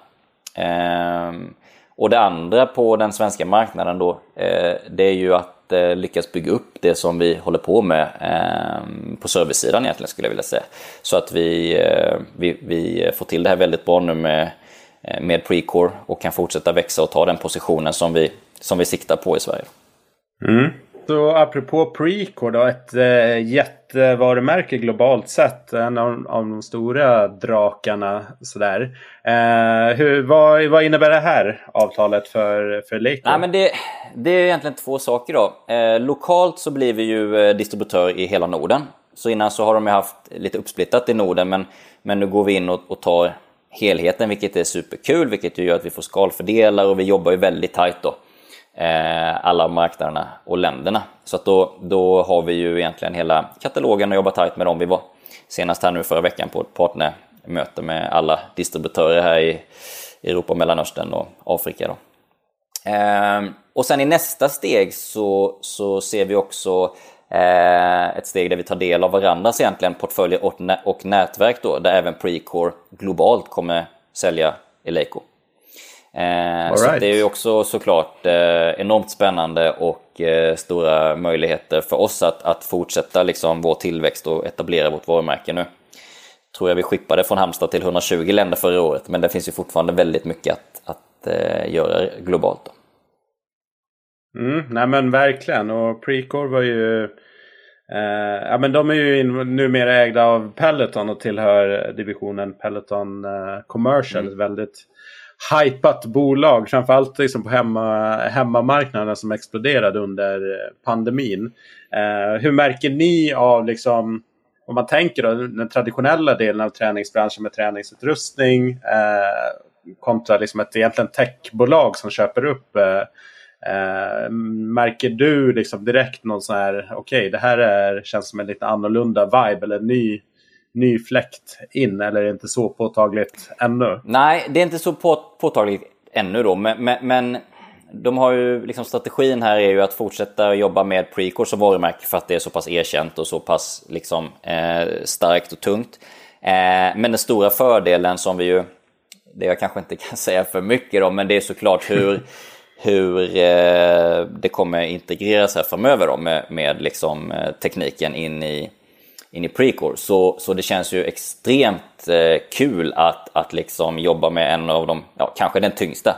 Och det andra på den svenska marknaden då, det är ju att lyckas bygga upp det som vi håller på med på servicesidan egentligen, skulle jag vilja säga. Så att vi får till det här väldigt bra nu med Precore och kan fortsätta växa och ta den positionen som vi siktar på i Sverige. Så apropå Precore då, ett jättevarumärke globalt sett, en av de stora drakarna sådär. Vad innebär det här avtalet för Leico? Nej, men det är egentligen 2 saker då. Lokalt så blir vi ju distributör i hela Norden. Så innan så har de ju haft lite uppsplittat i Norden, men nu går vi in och tar helheten, vilket är superkul, vilket gör att vi får skalfördelar och vi jobbar ju väldigt tajt då. Alla marknaderna och länderna. Så att då har vi ju egentligen hela katalogen och jobbar tajt med dem. Vi var senast här nu förra veckan på ett partnermöte med alla distributörer här i Europa, Mellanöstern och Afrika då. Och sen i nästa steg så ser vi också ett steg där vi tar del av varandras egentligen portföljer och nätverk då, där även Precore globalt kommer sälja Leico. Så det är ju också såklart enormt spännande och stora möjligheter för oss att fortsätta liksom vår tillväxt och etablera vårt varumärke nu. Tror jag vi skippade från Halmstad till 120 länder förra året, men det finns ju fortfarande väldigt mycket att göra globalt då. Nej men verkligen, och Precore var ju men de är ju numera ägda av Peloton och tillhör divisionen Peloton Commercial, ett väldigt hypat bolag, framförallt liksom på hemmamarknaden som exploderade under pandemin. Hur märker ni av liksom, om man tänker då, den traditionella delen av träningsbranschen med träningsutrustning kontra liksom ett egentligen techbolag som köper upp, märker du liksom direkt någon sån här, okej, det här känns som en lite annorlunda vibe eller ny fläkt in, eller är det inte så påtagligt ännu? Nej, det är inte så påtagligt ännu då, men de har ju liksom, strategin här är ju att fortsätta jobba med Precore som varumärke för att det är så pass erkänt och så pass liksom starkt och tungt. Men den stora fördelen som vi ju, det jag kanske inte kan säga för mycket då, men det är såklart hur det kommer integreras här framöver då med liksom tekniken in i Precore, så det känns ju extremt kul att liksom jobba med en av de, kanske den tyngsta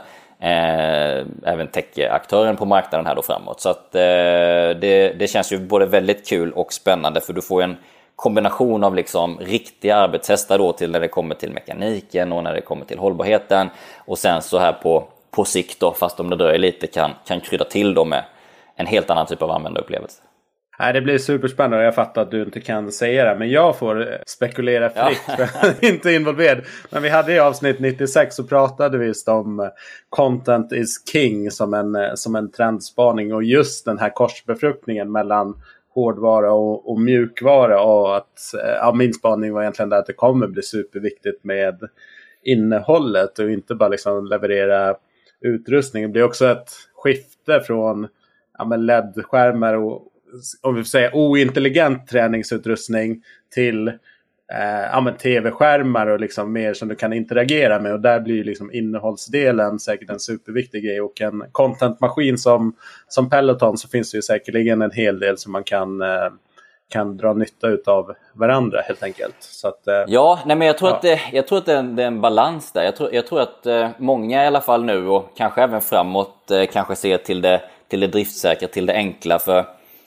även tech-aktören på marknaden här då framåt. Så att det känns ju både väldigt kul och spännande, för du får en kombination av liksom riktiga arbetshästar då till när det kommer till mekaniken och när det kommer till hållbarheten, och sen så här på sikt då, fast om det dröjer lite, kan krydda till dem med en helt annan typ av användarupplevelse. Nej, det blir superspännande. Jag fattar att du inte kan säga det, men jag får spekulera fritt för jag är inte involverad. Men vi hade i avsnitt 96 så pratade vi just om content is king som en trendspaning, och just den här korsbefruktningen mellan hårdvara och mjukvara, och att min spaning var egentligen att det kommer bli superviktigt med innehållet och inte bara liksom leverera utrustning. Det blir också ett skifte från LED-skärmar och, om vi säger, ointelligent träningsutrustning till tv-skärmar och liksom mer som du kan interagera med, och där blir liksom innehållsdelen säkert en superviktig grej, och en contentmaskin som Peloton, så finns det ju säkerligen en hel del som man kan dra nytta utav varandra helt enkelt. Så att, men jag tror att det är en balans där. Jag tror att många i alla fall nu, och kanske även framåt, kanske ser till det driftsäkra, till det enkla. För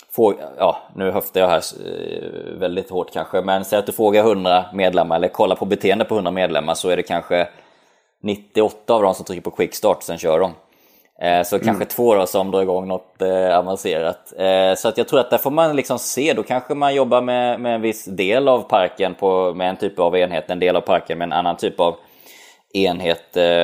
nu höftar jag här väldigt hårt kanske, men säg att du frågar 100 medlemmar eller kollar på beteende på 100 medlemmar, så är det kanske 98 av dem som trycker på quick start, sen kör de. Så kanske 2 då som drar igång något avancerat. Så att jag tror att där får man liksom se, då kanske man jobbar med en viss del av parken med en typ av enhet, en del av parken med en annan typ av enhet.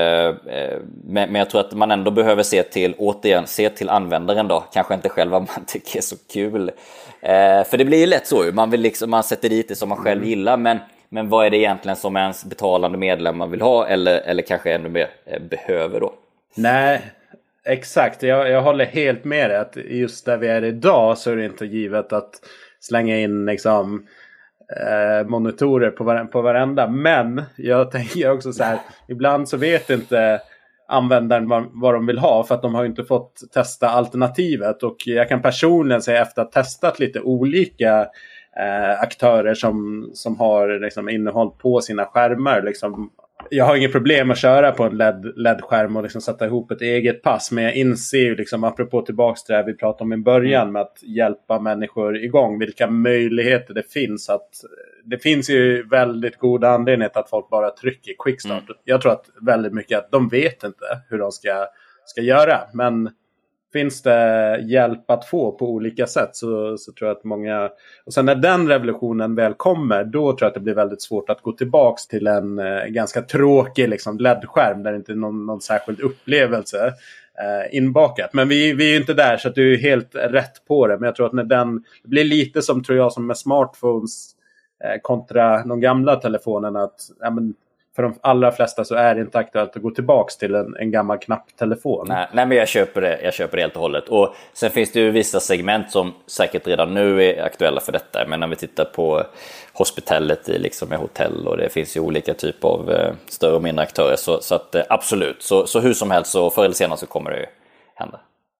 Men jag tror att man ändå behöver se till användaren då, kanske inte själv vad man tycker är så kul. För det blir ju lätt så, man sätter dit det som man själv gillar, men vad är det egentligen som ens betalande medlemmar vill ha, eller kanske ännu mer behöver då? Nej, exakt. Jag håller helt med dig att just där vi är idag så är det inte givet att slänga in liksom monitorer på varenda. Men jag tänker också så här, ibland så vet inte användaren vad de vill ha, för att de har inte fått testa alternativet. Och jag kan personligen säga, efter att ha testat lite olika aktörer som har liksom innehåll på sina skärmar, liksom, jag har inget problem att köra på en LED-skärm och liksom sätta ihop ett eget pass. Men jag inser ju, liksom, apropå tillbaks till det vi pratade om i början, med att hjälpa människor igång, vilka möjligheter det finns. Det finns ju väldigt goda anledningar att folk bara trycker quickstart. Jag tror att väldigt mycket att de vet inte hur de ska göra. Men finns det hjälp att få på olika sätt, så tror jag att många... Och sen när den revolutionen väl kommer, då tror jag att det blir väldigt svårt att gå tillbaks till en ganska tråkig liksom LED-skärm där det inte är någon särskild upplevelse inbakat. Men vi är ju inte där, så att du är helt rätt på det. Men jag tror att det blir lite som, tror jag, som med smartphones kontra de gamla telefonerna, att för de allra flesta så är det inte aktuellt att gå tillbaks till en gammal knapptelefon. Nej, men jag köper det helt och hållet. Och sen finns det ju vissa segment som säkert redan nu är aktuella för detta. Men när vi tittar på hospitality, liksom med hotell, och det finns ju olika typer av större och mindre aktörer. Så att absolut, så hur som helst, så förr eller senare så kommer det ju hända.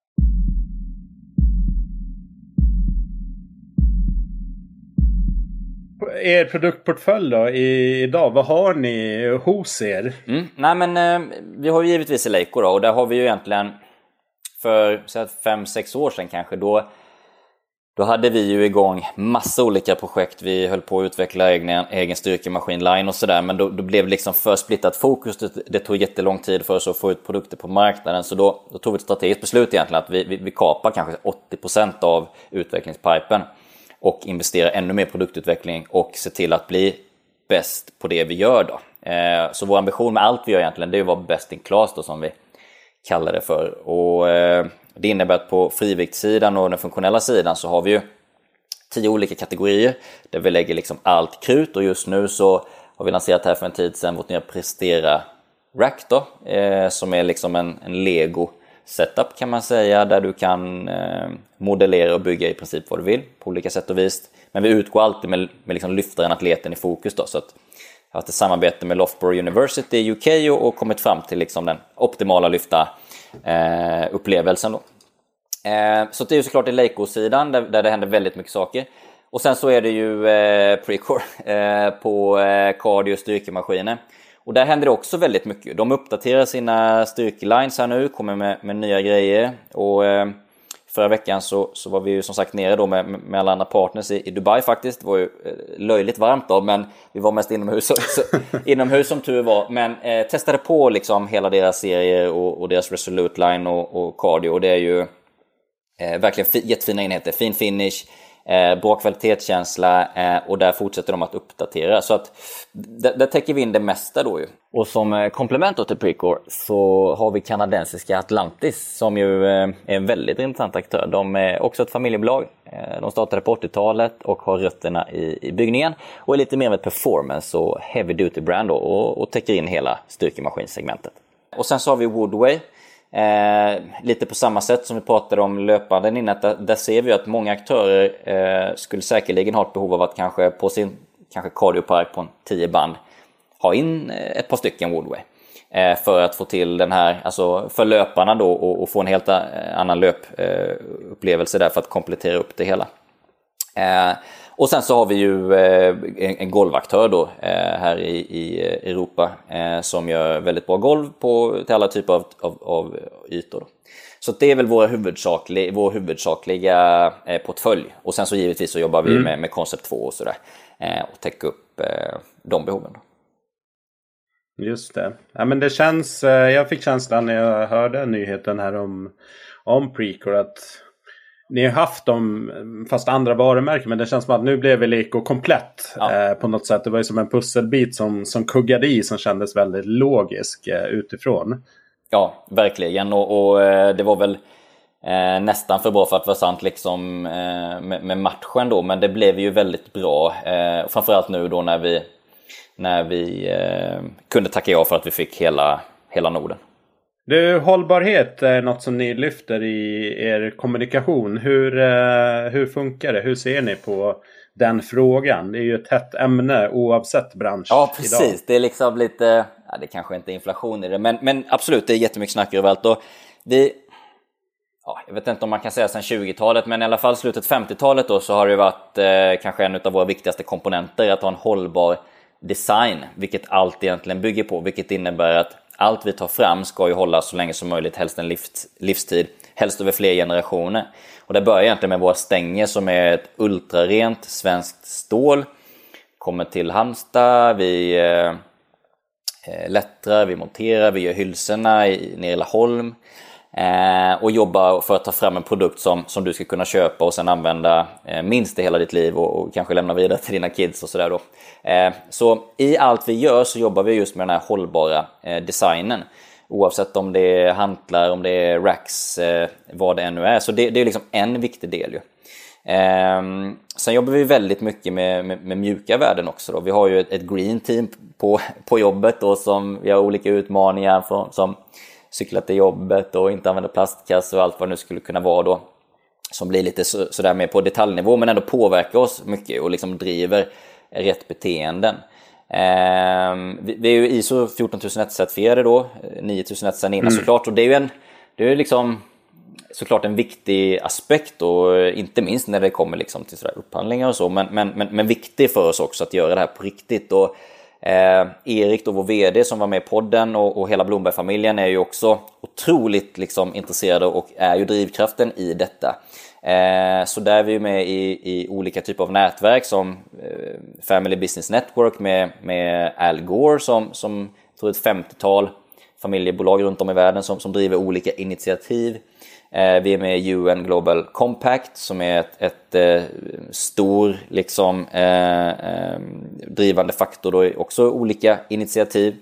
Er produktportfölj då idag, vad har ni hos er? Nej, men vi har ju givetvis Eleiko då, och där har vi ju egentligen för 5-6 år sedan kanske, då hade vi ju igång massa olika projekt. Vi höll på att utveckla egen styrkemaskin line och sådär, men då blev det liksom för splittat fokus. Det tog jättelång tid för oss att få ut produkter på marknaden, så då tog vi ett strategiskt beslut egentligen att vi kapar kanske 80% av utvecklingspipen och investera ännu mer i produktutveckling och se till att bli bäst på det vi gör då. Så vår ambition med allt vi gör egentligen, det är att vara best in class då, som vi kallar det för. Och det innebär att på friviktssidan och den funktionella sidan så har vi ju 10 olika kategorier där vi lägger liksom allt krut. Och just nu så har vi lanserat här för en tid sedan vårt nya Prestera Rack då, som är liksom en Lego setup kan man säga, där du kan modellera och bygga i princip vad du vill på olika sätt och vis. Men vi utgår alltid med liksom lyftaren, atleten i fokus då, så att jag har haft ett samarbete med Loughborough University i UK och kommit fram till liksom den optimala lyfta upplevelsen då. Så det är ju såklart i Leico-sidan där det händer väldigt mycket saker. Och sen så är det ju Precore på cardio- och styrkemaskiner. Och där händer det också väldigt mycket. De uppdaterar sina styrkelines här nu, kommer med nya grejer. Och förra veckan så var vi ju som sagt nere då med alla andra partners i Dubai faktiskt. Det var ju löjligt varmt då, men vi var mest inomhus som tur var. Men testade på liksom hela deras serier och deras Resolute line och cardio. Och det är ju verkligen jättefina enheter, fin finish. Bra kvalitetskänsla och där fortsätter de att uppdatera, så att där täcker vi in det mesta då ju. Och som komplement till Precore så har vi kanadensiska Atlantis som ju är en väldigt intressant aktör. De är också ett familjebolag. De startade på 80-talet och har rötterna i byggningen och är lite mer av ett performance och heavy duty brand då, och täcker in hela styrkemaskinsegmentet. Och sen så har vi Woodway. Lite på samma sätt som vi pratade om löpanden innan, där ser vi att många aktörer skulle säkerligen ha ett behov av att kanske på sin cardiopark på en 10 band ha in ett par stycken Woodway för att få till den här, alltså för löparna då, och få en helt annan löpupplevelse där för att komplettera upp det hela. Och sen så har vi ju en golvaktör då här i Europa som gör väldigt bra golv till alla typer av ytor då. Så det är väl vår huvudsakliga portfölj. Och sen så givetvis så jobbar vi med Concept 2 och sådär och täcka upp de behoven då. Just det. Ja, men det känns, jag fick känslan när jag hörde nyheten här om Precore att ni har haft dem fast andra varumärken, men det känns som att nu blev Eleiko komplett på något sätt. Det var ju som en pusselbit som kuggade i, som kändes väldigt logisk utifrån. Ja, verkligen. Och det var väl nästan för bra för att vara sant liksom, med matchen då, men det blev ju väldigt bra. Framförallt nu då när vi kunde tacka ja för att vi fick hela Norden. Hållbarhet är något som ni lyfter i er kommunikation. Hur funkar det? Hur ser ni på den frågan? Det är ju ett hett ämne oavsett bransch. Ja, precis. Idag. Det är liksom lite, det kanske inte är inflation i det, men absolut, det är jättemycket snack överallt. Och jag vet inte om man kan säga sedan 20-talet, men i alla fall slutet 50-talet då, så har det varit kanske en av våra viktigaste komponenter att ha en hållbar design, vilket allt egentligen bygger på, vilket innebär att allt vi tar fram ska ju hålla så länge som möjligt, helst en livstid, helst över fler generationer. Och det börjar egentligen med våra stänger som är ett ultrarent svenskt stål. Kommer till Halmstad, vi lättrar, vi monterar, vi gör hylsorna nere i Laholm. Och jobbar för att ta fram en produkt som du ska kunna köpa och sen använda minst i hela ditt liv och kanske lämna vidare till dina kids och sådär då. Så i allt vi gör så jobbar vi just med den här hållbara designen, oavsett om det är hantlar, om det är racks, vad det än nu är. Så det är liksom en viktig del ju. Sen jobbar vi väldigt mycket med mjuka värden också då. Vi har ju ett green team på jobbet och som vi har olika utmaningar som cykla till jobbet och inte använda plastkassar och allt vad det nu skulle kunna vara då, som blir lite sådär mer på detaljnivå men ändå påverkar oss mycket och liksom driver rätt beteenden. Vi är ju ISO 14001 certifierade då, 9001 sen innan såklart, och det är ju liksom såklart en viktig aspekt och inte minst när det kommer liksom till sådär upphandlingar och så, men viktig för oss också att göra det här på riktigt. Och Erik då, vår vd som var med i podden, och hela Blomberg-familjen är ju också otroligt liksom intresserade och är ju drivkraften i detta. Så där är vi med i olika typer av nätverk som Family Business Network med Al Gore som tror ett 50-tal familjebolag runt om i världen som driver olika initiativ. Vi är med i UN Global Compact som är ett stor liksom, drivande faktor då, också olika initiativ.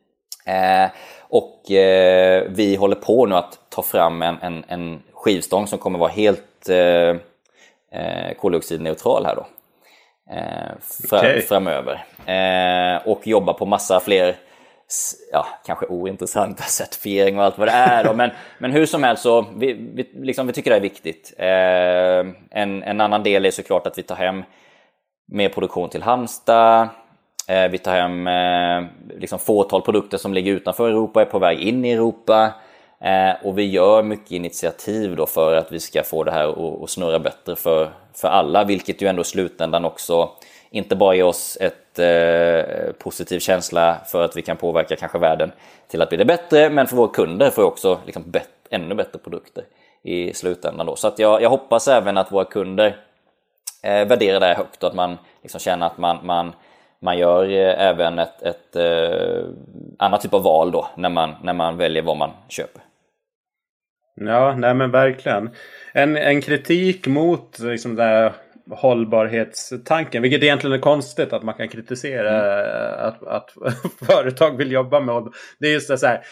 Och vi håller på nu att ta fram en skivstång som kommer vara helt koldioxidneutral här då framöver. Och jobba på massa fler, kanske ointressanta certifiering och allt vad det är då. Men hur som helst så vi tycker det är viktigt. En annan del är såklart att vi tar hem mer produktion till Halmstad. Vi tar hem liksom fåtal produkter som ligger utanför Europa, är på väg in i Europa. Och vi gör mycket initiativ då för att vi ska få det här att snurra bättre för alla, vilket ju ändå i slutändan också inte bara ge oss ett positiv känsla för att vi kan påverka kanske världen till att bli det bättre, men för våra kunder får också liksom ännu bättre produkter i slutändan då. Så att jag hoppas även att våra kunder värderar det här högt och att man liksom känner att man gör även ett annat typ av val då när man väljer vad man köper. Ja, nej men verkligen. En kritik mot liksom det här hållbarhetstanken, vilket egentligen är konstigt att man kan kritisera att företag vill jobba med. Det är just det så här,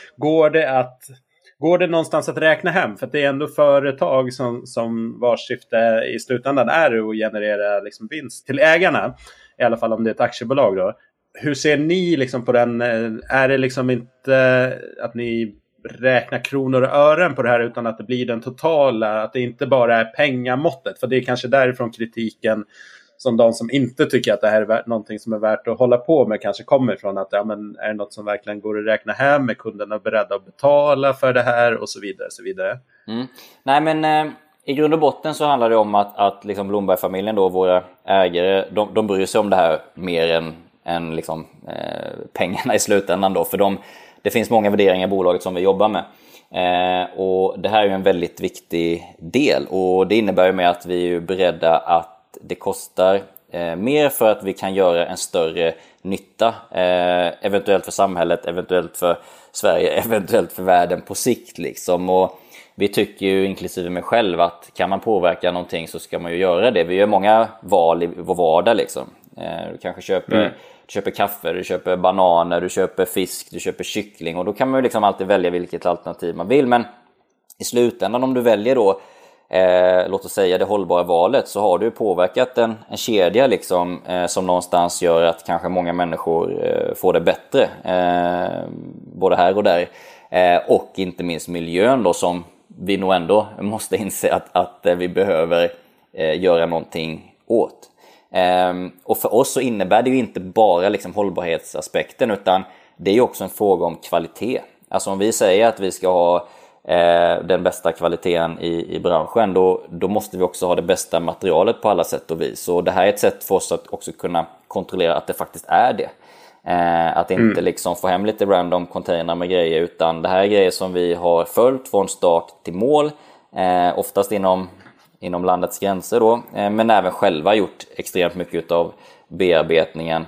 går det någonstans att räkna hem? För att det är ändå företag som vars syfte i slutändan är att generera liksom vinst till ägarna. I alla fall om det är ett aktiebolag då. Hur ser ni liksom på den? Är det liksom inte att ni räknar kronor och ören på det här, utan att det blir den totala, att det inte bara är pengamåttet? För det är kanske därifrån kritiken som de som inte tycker att det här är någonting som är värt att hålla på med kanske kommer ifrån, att ja, men är det något som verkligen går att räkna hem, är kunderna beredda att betala för det här och så vidare, så vidare. Nej, men i grund och botten så handlar det om att liksom Blomberg-familjen då, våra ägare, de bryr sig om det här mer än liksom, pengarna i slutändan då, för det finns många värderingar i bolaget som vi jobbar med. Och det här är ju en väldigt viktig del, och det innebär ju med att vi är beredda att det kostar mer för att vi kan göra en större nytta, eventuellt för samhället, eventuellt för Sverige, eventuellt för världen på sikt liksom. Och vi tycker ju, inklusive mig själv, att kan man påverka någonting så ska man ju göra det. Vi gör många val i vår vardag liksom. Du kanske köper kaffe, du köper bananer, du köper fisk, du köper kyckling, och då kan man ju liksom alltid välja vilket alternativ man vill. Men i slutändan, om du väljer då låt oss säga det hållbara valet, så har du påverkat en kedja liksom, som någonstans gör att kanske många människor får det bättre, både här och där, och inte minst miljön då, som vi nog ändå måste inse att vi behöver göra någonting åt. Och för oss så innebär det ju inte bara liksom hållbarhetsaspekten, utan det är ju också en fråga om kvalitet. Alltså om vi säger att vi ska ha den bästa kvaliteten i branschen, då måste vi också ha det bästa materialet på alla sätt och vis. Och det här är ett sätt för oss att också kunna kontrollera att det faktiskt är det. Att inte liksom få hem lite random container med grejer, utan det här är grejer som vi har följt från start till mål, oftast inom landets gränser då, men även själva gjort extremt mycket av bearbetningen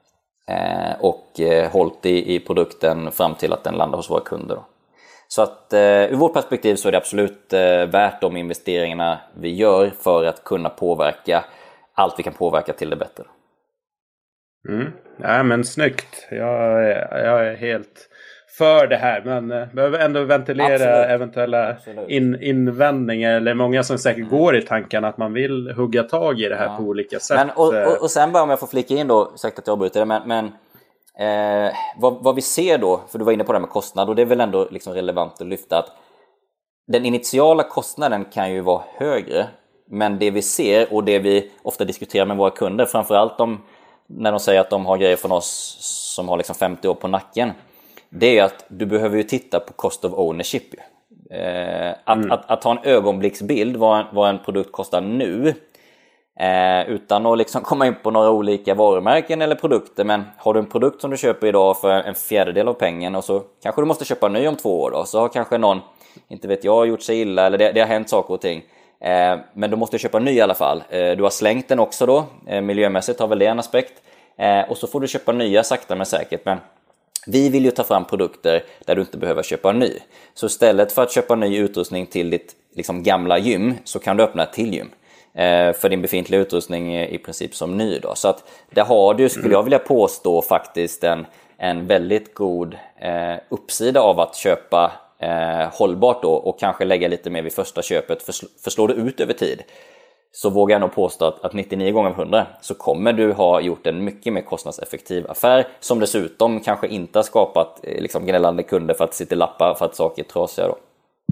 och hållit i produkten fram till att den landar hos våra kunder då. Så att ur vårt perspektiv så är det absolut värt de investeringarna vi gör för att kunna påverka allt vi kan påverka till det bättre. Ja, men snyggt. Jag är helt för det här, men behöver ändå ventilera eventuella invändningar, eller många som säkert går i tanken att man vill hugga tag i det här på olika sätt. Men, och sen bara, om jag får flika in då, sagt att jag avbryter det, men vad vi ser då, för du var inne på det med kostnad, och det är väl ändå liksom relevant att lyfta att den initiala kostnaden kan ju vara högre, men det vi ser och det vi ofta diskuterar med våra kunder, framförallt när de säger att de har grejer från oss som har liksom 50 år på nacken, det är att du behöver ju titta på cost of ownership. Att ha en ögonblicksbild vad en produkt kostar nu, utan att liksom komma in på några olika varumärken eller produkter, men har du en produkt som du köper idag för en fjärdedel av pengen, och så kanske du måste köpa en ny om 2 år då, så har kanske någon, inte vet jag, gjort sig illa, eller det har hänt saker och ting, men du måste köpa en ny i alla fall. Du har slängt den också då, miljömässigt har väl det en aspekt, och så får du köpa nya sakta men säkert. Men vi vill ju ta fram produkter där du inte behöver köpa en ny. Så istället för att köpa ny utrustning till ditt liksom gamla gym, så kan du öppna ett till gym. För din befintliga utrustning är i princip som ny då. Så att där har du, skulle jag vilja påstå, faktiskt en väldigt god uppsida av att köpa hållbart då, och kanske lägga lite mer vid första köpet. För slår du ut över tid, så vågar jag nog påstå att 99 gånger av 100 så kommer du ha gjort en mycket mer kostnadseffektiv affär, som dessutom kanske inte har skapat liksom gnällande kunder för att sitta lappa för att saker är trasiga då.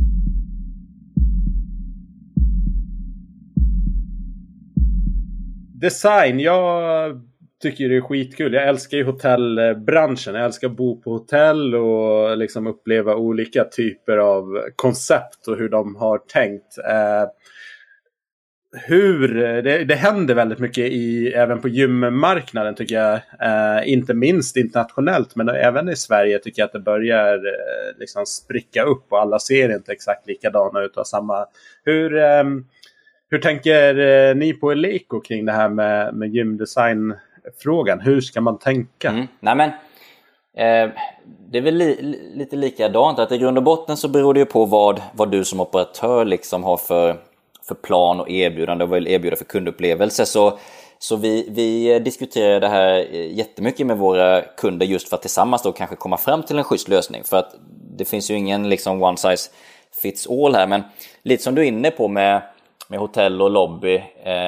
Design, jag tycker det är skitkul. Jag älskar ju hotellbranschen. Jag älskar att bo på hotell och liksom uppleva olika typer av koncept och hur de har tänkt. det händer väldigt mycket även på gymmarknaden tycker jag. Inte minst internationellt, men även i Sverige tycker jag att det börjar liksom spricka upp och alla ser inte exakt likadana ut och samma. Hur tänker ni på Eleiko kring det här med gymdesign-frågan? Hur ska man tänka? Nej men, det är väl lite likadant. Att i grund och botten så beror det ju på vad du som operatör liksom har för plan och erbjudande och vill erbjuda för kundupplevelse. Så vi diskuterar det här jättemycket med våra kunder just för att tillsammans då kanske komma fram till en schysst lösning. För att det finns ju ingen liksom one size fits all här. Men lite som du är inne på med hotell och lobby,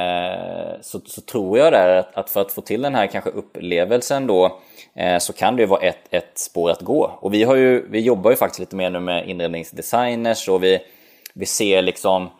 så tror jag där att för att få till den här kanske upplevelsen då, så kan det ju vara ett spår att gå. Och vi jobbar ju faktiskt lite mer nu med inredningsdesigners, och vi ser liksom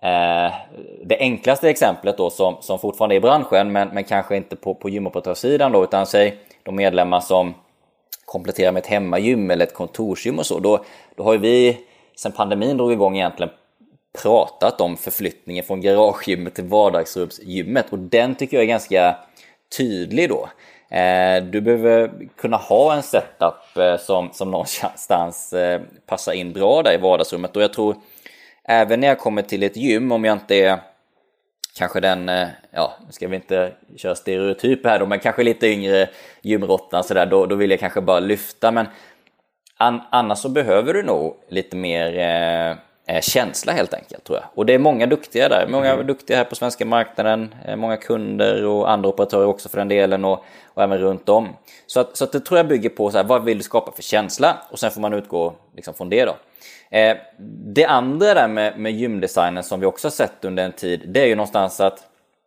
det enklaste exemplet då som fortfarande är i branschen, men kanske inte på gymoperatörssidan då, utan säg de medlemmar som kompletterar med ett hemmagym eller ett kontorsgym och så. Då har ju vi sen pandemin drog igång egentligen pratat om förflyttningen från garagegymmet till vardagsrumsgymmet, och den tycker jag är ganska tydlig då. Du behöver kunna ha en setup som någonstans passar in bra där i vardagsrummet, och jag tror även när jag kommer till ett gym, om jag inte är kanske den, nu ska vi inte köra stereotyper här då, men kanske lite yngre gymrottan sådär, då vill jag kanske bara lyfta, men annars så behöver du nog lite mer känsla helt enkelt, tror jag. Och det är många duktiga där, många duktiga här på svenska marknaden, många kunder och andra operatörer också för den delen, och även runt om. Så att det tror jag bygger på så här, vad vill du skapa för känsla, och sen får man utgå liksom från det då. Det andra där med gymdesignen som vi också har sett under en tid, det är ju någonstans att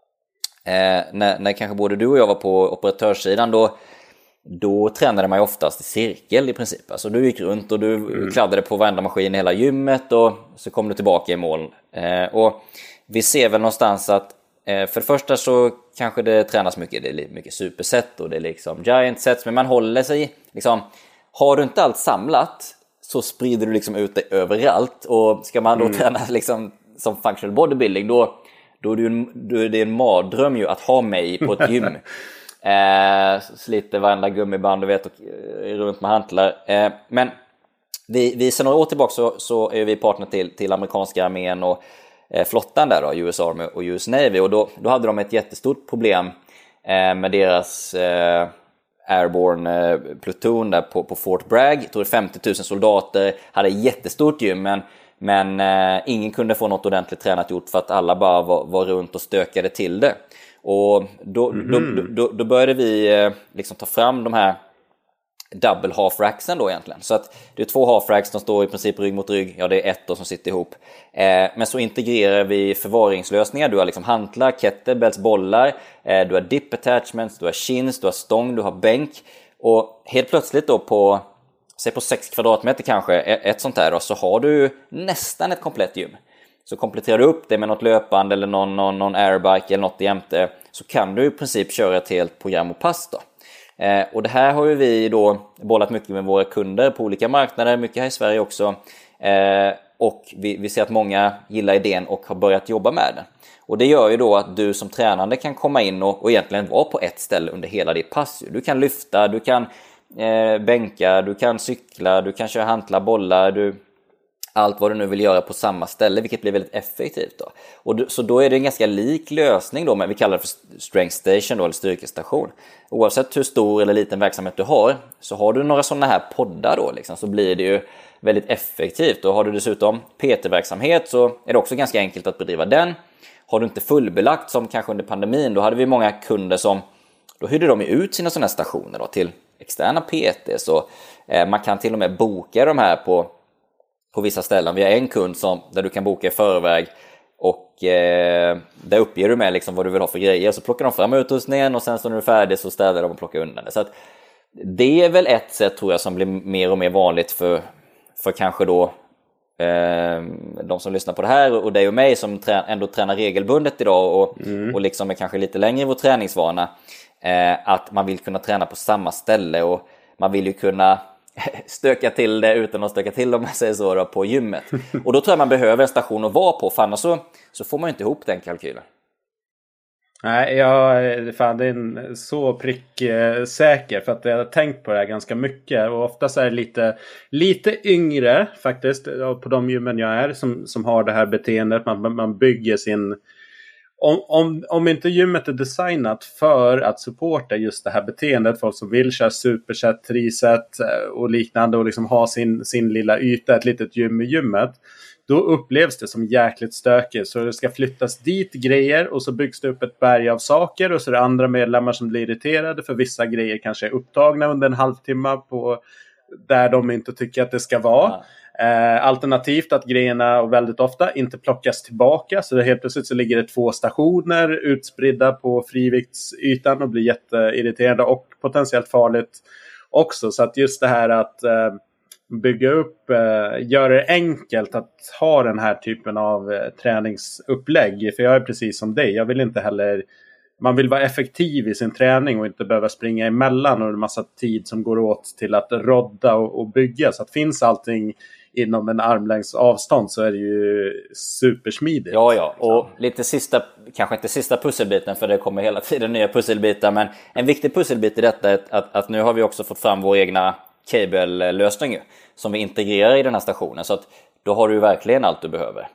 när kanske både du och jag var på operatörssidan, då tränade man ju oftast i cirkel i princip. Alltså du gick runt och du kladdade på varenda maskin i hela gymmet, och så kom du tillbaka i mål. Och vi ser väl någonstans att för det första så kanske det tränas mycket, det är mycket superset och det är liksom giant sets, men man håller sig liksom, har du inte allt samlat så sprider du liksom ut det överallt, och ska man då träna liksom som functional bodybuilding, då är det en mardröm ju att ha mig på ett gym. Sliter varenda gummiband du vet, och runt med hantlar. Men vi sedan några år tillbaka så är vi partner till amerikanska armén och flottan där då, US Army och US Navy, och då hade de ett jättestort problem med deras airborne pluton där på Fort Bragg. Jag tror det 50 000 soldater, hade jättestort gym, men ingen kunde få något ordentligt tränat gjort för att alla bara var runt och stökade till det. Och då började vi liksom ta fram de här double half racksen då egentligen. Så att det är 2 half racks, de står i princip rygg mot rygg. Ja, det är 1 då som sitter ihop. Men så integrerar vi förvaringslösningar. Du har liksom hantlar, kettlebells, bollar. Du har dip attachments, du har chins, du har stång, du har bänk. Och helt plötsligt då på 6 kvadratmeter kanske, ett sånt här då, så har du nästan ett komplett gym. Så kompletterar du upp det med något löpband eller någon airbike eller något jämte, så kan du i princip köra ett helt program och pass då. Och det här har ju vi då bollat mycket med våra kunder på olika marknader, mycket här i Sverige också. Och vi ser att många gillar idén och har börjat jobba med den. Och det gör ju då att du som tränande kan komma in och egentligen vara på ett ställe under hela ditt pass. Du kan lyfta, du kan bänka, du kan cykla, du kan köra hantlar, bollar, allt vad du nu vill göra på samma ställe, vilket blir väldigt effektivt då. Så då är det en ganska lik lösning då, men vi kallar det för strength station då, eller styrkestation. Oavsett hur stor eller liten verksamhet du har, så har du några sådana här poddar då liksom, så blir det ju väldigt effektivt. Och har du dessutom PT-verksamhet så är det också ganska enkelt att bedriva den. Har du inte fullbelagt som kanske under pandemin, då hade vi många kunder som då hyrde de ut sina sådana här stationer då till externa PT, så man kan till och med boka de här på vissa ställen. Vi har en kund där du kan boka i förväg, och där uppger du med liksom vad du vill ha för grejer, så plockar de fram utrustningen och sen så när du är färdig så städar de och plockar undan det. Så att det är väl ett sätt, tror jag, som blir mer och mer vanligt för kanske då de som lyssnar på det här och dig och mig som ändå tränar regelbundet idag och liksom är kanske lite längre i vår träningsvana, att man vill kunna träna på samma ställe, och man vill ju kunna stöka till det utan att stöka till, om man säger så då, på gymmet. Och då tror jag man behöver en station att vara på, för annars så får man ju inte ihop den kalkylen. Nej, fan, det är en så pricksäker, för att jag har tänkt på det här ganska mycket. Och oftast är det lite yngre faktiskt på de gymmen jag är som har det här beteendet. Man bygger sin... Om inte gymmet är designat för att supporta just det här beteendet, folk som vill köra superset, triset och liknande och liksom ha sin lilla yta, ett litet gym i gymmet, då upplevs det som jäkligt stökigt. Så det ska flyttas dit grejer och så byggs det upp ett berg av saker, och så är det andra medlemmar som blir irriterade för vissa grejer kanske är upptagna under en halvtimme på där de inte tycker att det ska vara. Ja. Alternativt att grejerna, och väldigt ofta, inte plockas tillbaka, så det helt plötsligt så ligger det 2 stationer utspridda på friviktsytan och blir jätteirriterande och potentiellt farligt också. Så att just det här att bygga upp, göra det enkelt att ha den här typen av träningsupplägg. För jag är precis som dig, jag vill inte heller, man vill vara effektiv i sin träning och inte behöva springa emellan och en massa tid som går åt till att rodda och bygga. Så att finns allting inom en armlängds avstånd så är det ju supersmidigt. Ja, och lite sista, kanske inte sista pusselbiten, för det kommer hela tiden nya pusselbitar, men en viktig pusselbit i detta är att nu har vi också fått fram vår egna cable-lösning som vi integrerar i den här stationen, så att då har du verkligen allt du behöver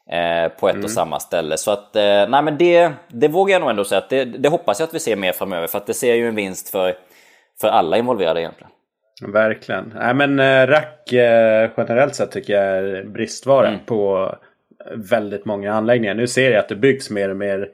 på ett och samma ställe. Så att nej, men det vågar jag nog ändå säga att det hoppas jag att vi ser mer framöver, för att det ser ju en vinst för alla involverade egentligen. Verkligen. Nej, men rack generellt sett tycker jag är bristvara på väldigt många anläggningar. Nu ser jag att det byggs mer och mer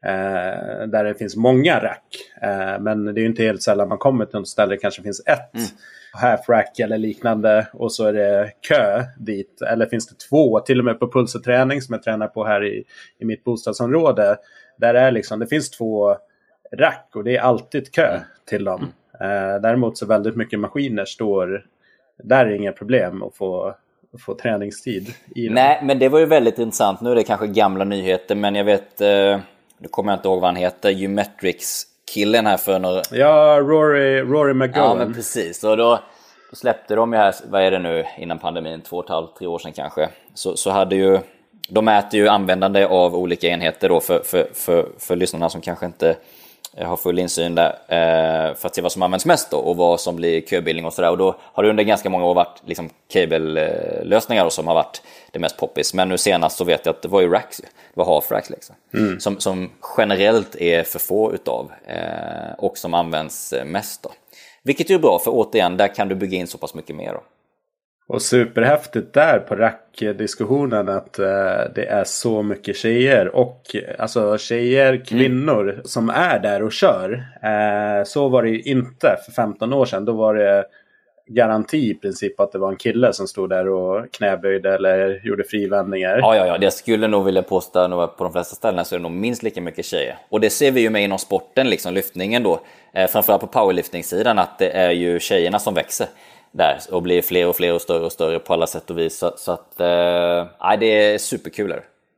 där det finns många rack. Men det är ju inte helt sällan man kommer till något ställe där det kanske finns ett half rack eller liknande, och så är det kö dit. Eller finns det 2, till och med på pulseträning som jag tränar på här i mitt bostadsområde. Där är liksom, det finns 2 rack och det är alltid kö till dem. Däremot så väldigt mycket maskiner står, där är inga problem att få träningstid i dem. Nej, men det var ju väldigt intressant. Nu är det kanske gamla nyheter, men jag vet, nu kommer jag inte ihåg vad han heter, Geometrics-killen här för några... Ja, Rory McGowan. Ja, men precis. Och då släppte de ju här, vad är det nu, innan pandemin, 2,5-3 år sedan kanske. Så hade ju, de mäter ju användande av olika enheter då för lyssnarna som kanske inte har full insyn där, för att se vad som används mest då och vad som blir köbildning och sådär. Och då har det under ganska många år varit liksom cable-lösningar som har varit det mest poppis. Men nu senast så vet jag att det var ju racks, det var half racks liksom, som generellt är för få utav och som används mest då. Vilket är ju bra, för återigen, där kan du bygga in så pass mycket mer då. Och superhäftigt där på rackdiskussionen att det är så mycket tjejer och alltså tjejer, kvinnor som är där och kör. Så var det ju inte för 15 år sedan. Då var det garanti i princip att det var en kille som stod där och knäböjde eller gjorde frivändningar. Ja, det skulle nog vilja påstå på de flesta ställen så är det nog minst lika mycket tjejer. Och det ser vi ju med inom sporten, liksom lyftningen då. Framförallt på powerlifting-sidan, att det är ju tjejerna som växer där och blir fler och fler och större på alla sätt och vis. Så att det är superkul.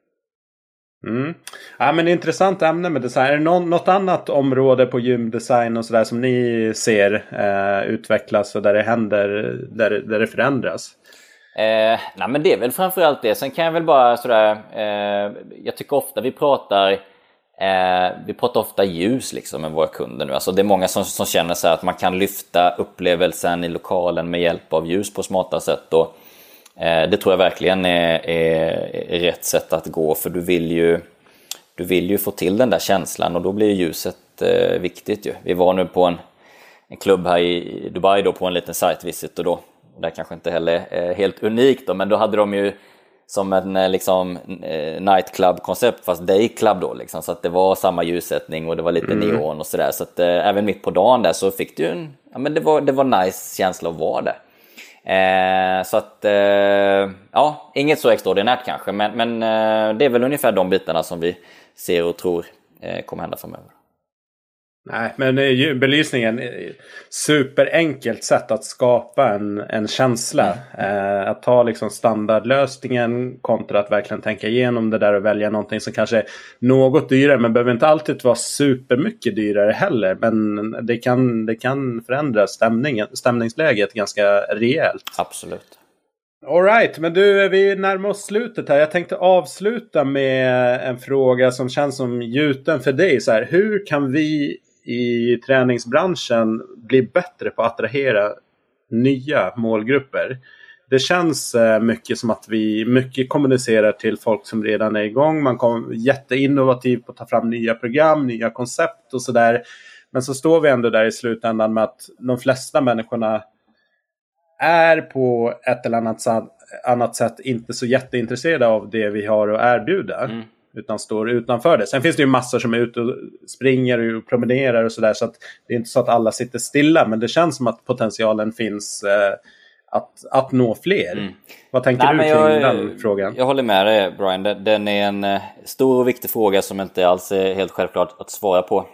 Ja, men det är intressant ämne med design. Är det något annat område på gymdesign och sådär som ni ser utvecklas och där det händer, där det förändras? Nej, men det är väl framförallt det. Sen kan jag väl bara sådär, jag tycker ofta vi pratar ofta ljus liksom med våra kunder nu. Alltså det är många som känner så här att man kan lyfta upplevelsen i lokalen med hjälp av ljus på smarta sätt, och det tror jag verkligen är rätt sätt att gå, för du vill ju få till den där känslan, och då blir ljuset viktigt ju. Vi var nu på en klubb här i Dubai då, på en liten site visit, och då, det kanske inte heller helt unikt då, men då hade de ju som en liksom nightclub-koncept fast dayclub då liksom, så att det var samma ljussättning och det var lite neon och sådär, så att även mitt på dagen där så fick du men det var nice känsla att vara där. Så att inget så extraordinärt kanske, men det är väl ungefär de bitarna som vi ser och tror kommer hända framöver. Nej, men belysningen är superenkelt sätt att skapa en känsla. Att ta liksom standardlösningen kontra att verkligen tänka igenom det där och välja någonting som kanske är något dyrare, men behöver inte alltid vara supermycket dyrare heller. Men det kan förändra stämningsläget ganska rejält. Absolut. All right, men du, vi närmar oss slutet här. Jag tänkte avsluta med en fråga som känns som gjuten för dig. Så här, hur kan vi i träningsbranschen bli bättre på att attrahera nya målgrupper? Det känns mycket som att vi mycket kommunicerar till folk som redan är igång. Man kommer jätteinnovativ på att ta fram nya program, nya koncept och sådär. Men så står vi ändå där i slutändan med att de flesta människorna är på ett eller annat sätt inte så jätteintresserade av det vi har att erbjuda. Utan står utanför det. Sen finns det ju massor som är ute och springer och promenerar och sådär. Så att det är inte så att alla sitter stilla. Men det känns som att potentialen finns att nå fler. Vad tänker du kring den frågan? Jag håller med dig, Brian. Den är en stor och viktig fråga som inte alls är helt självklart att svara på.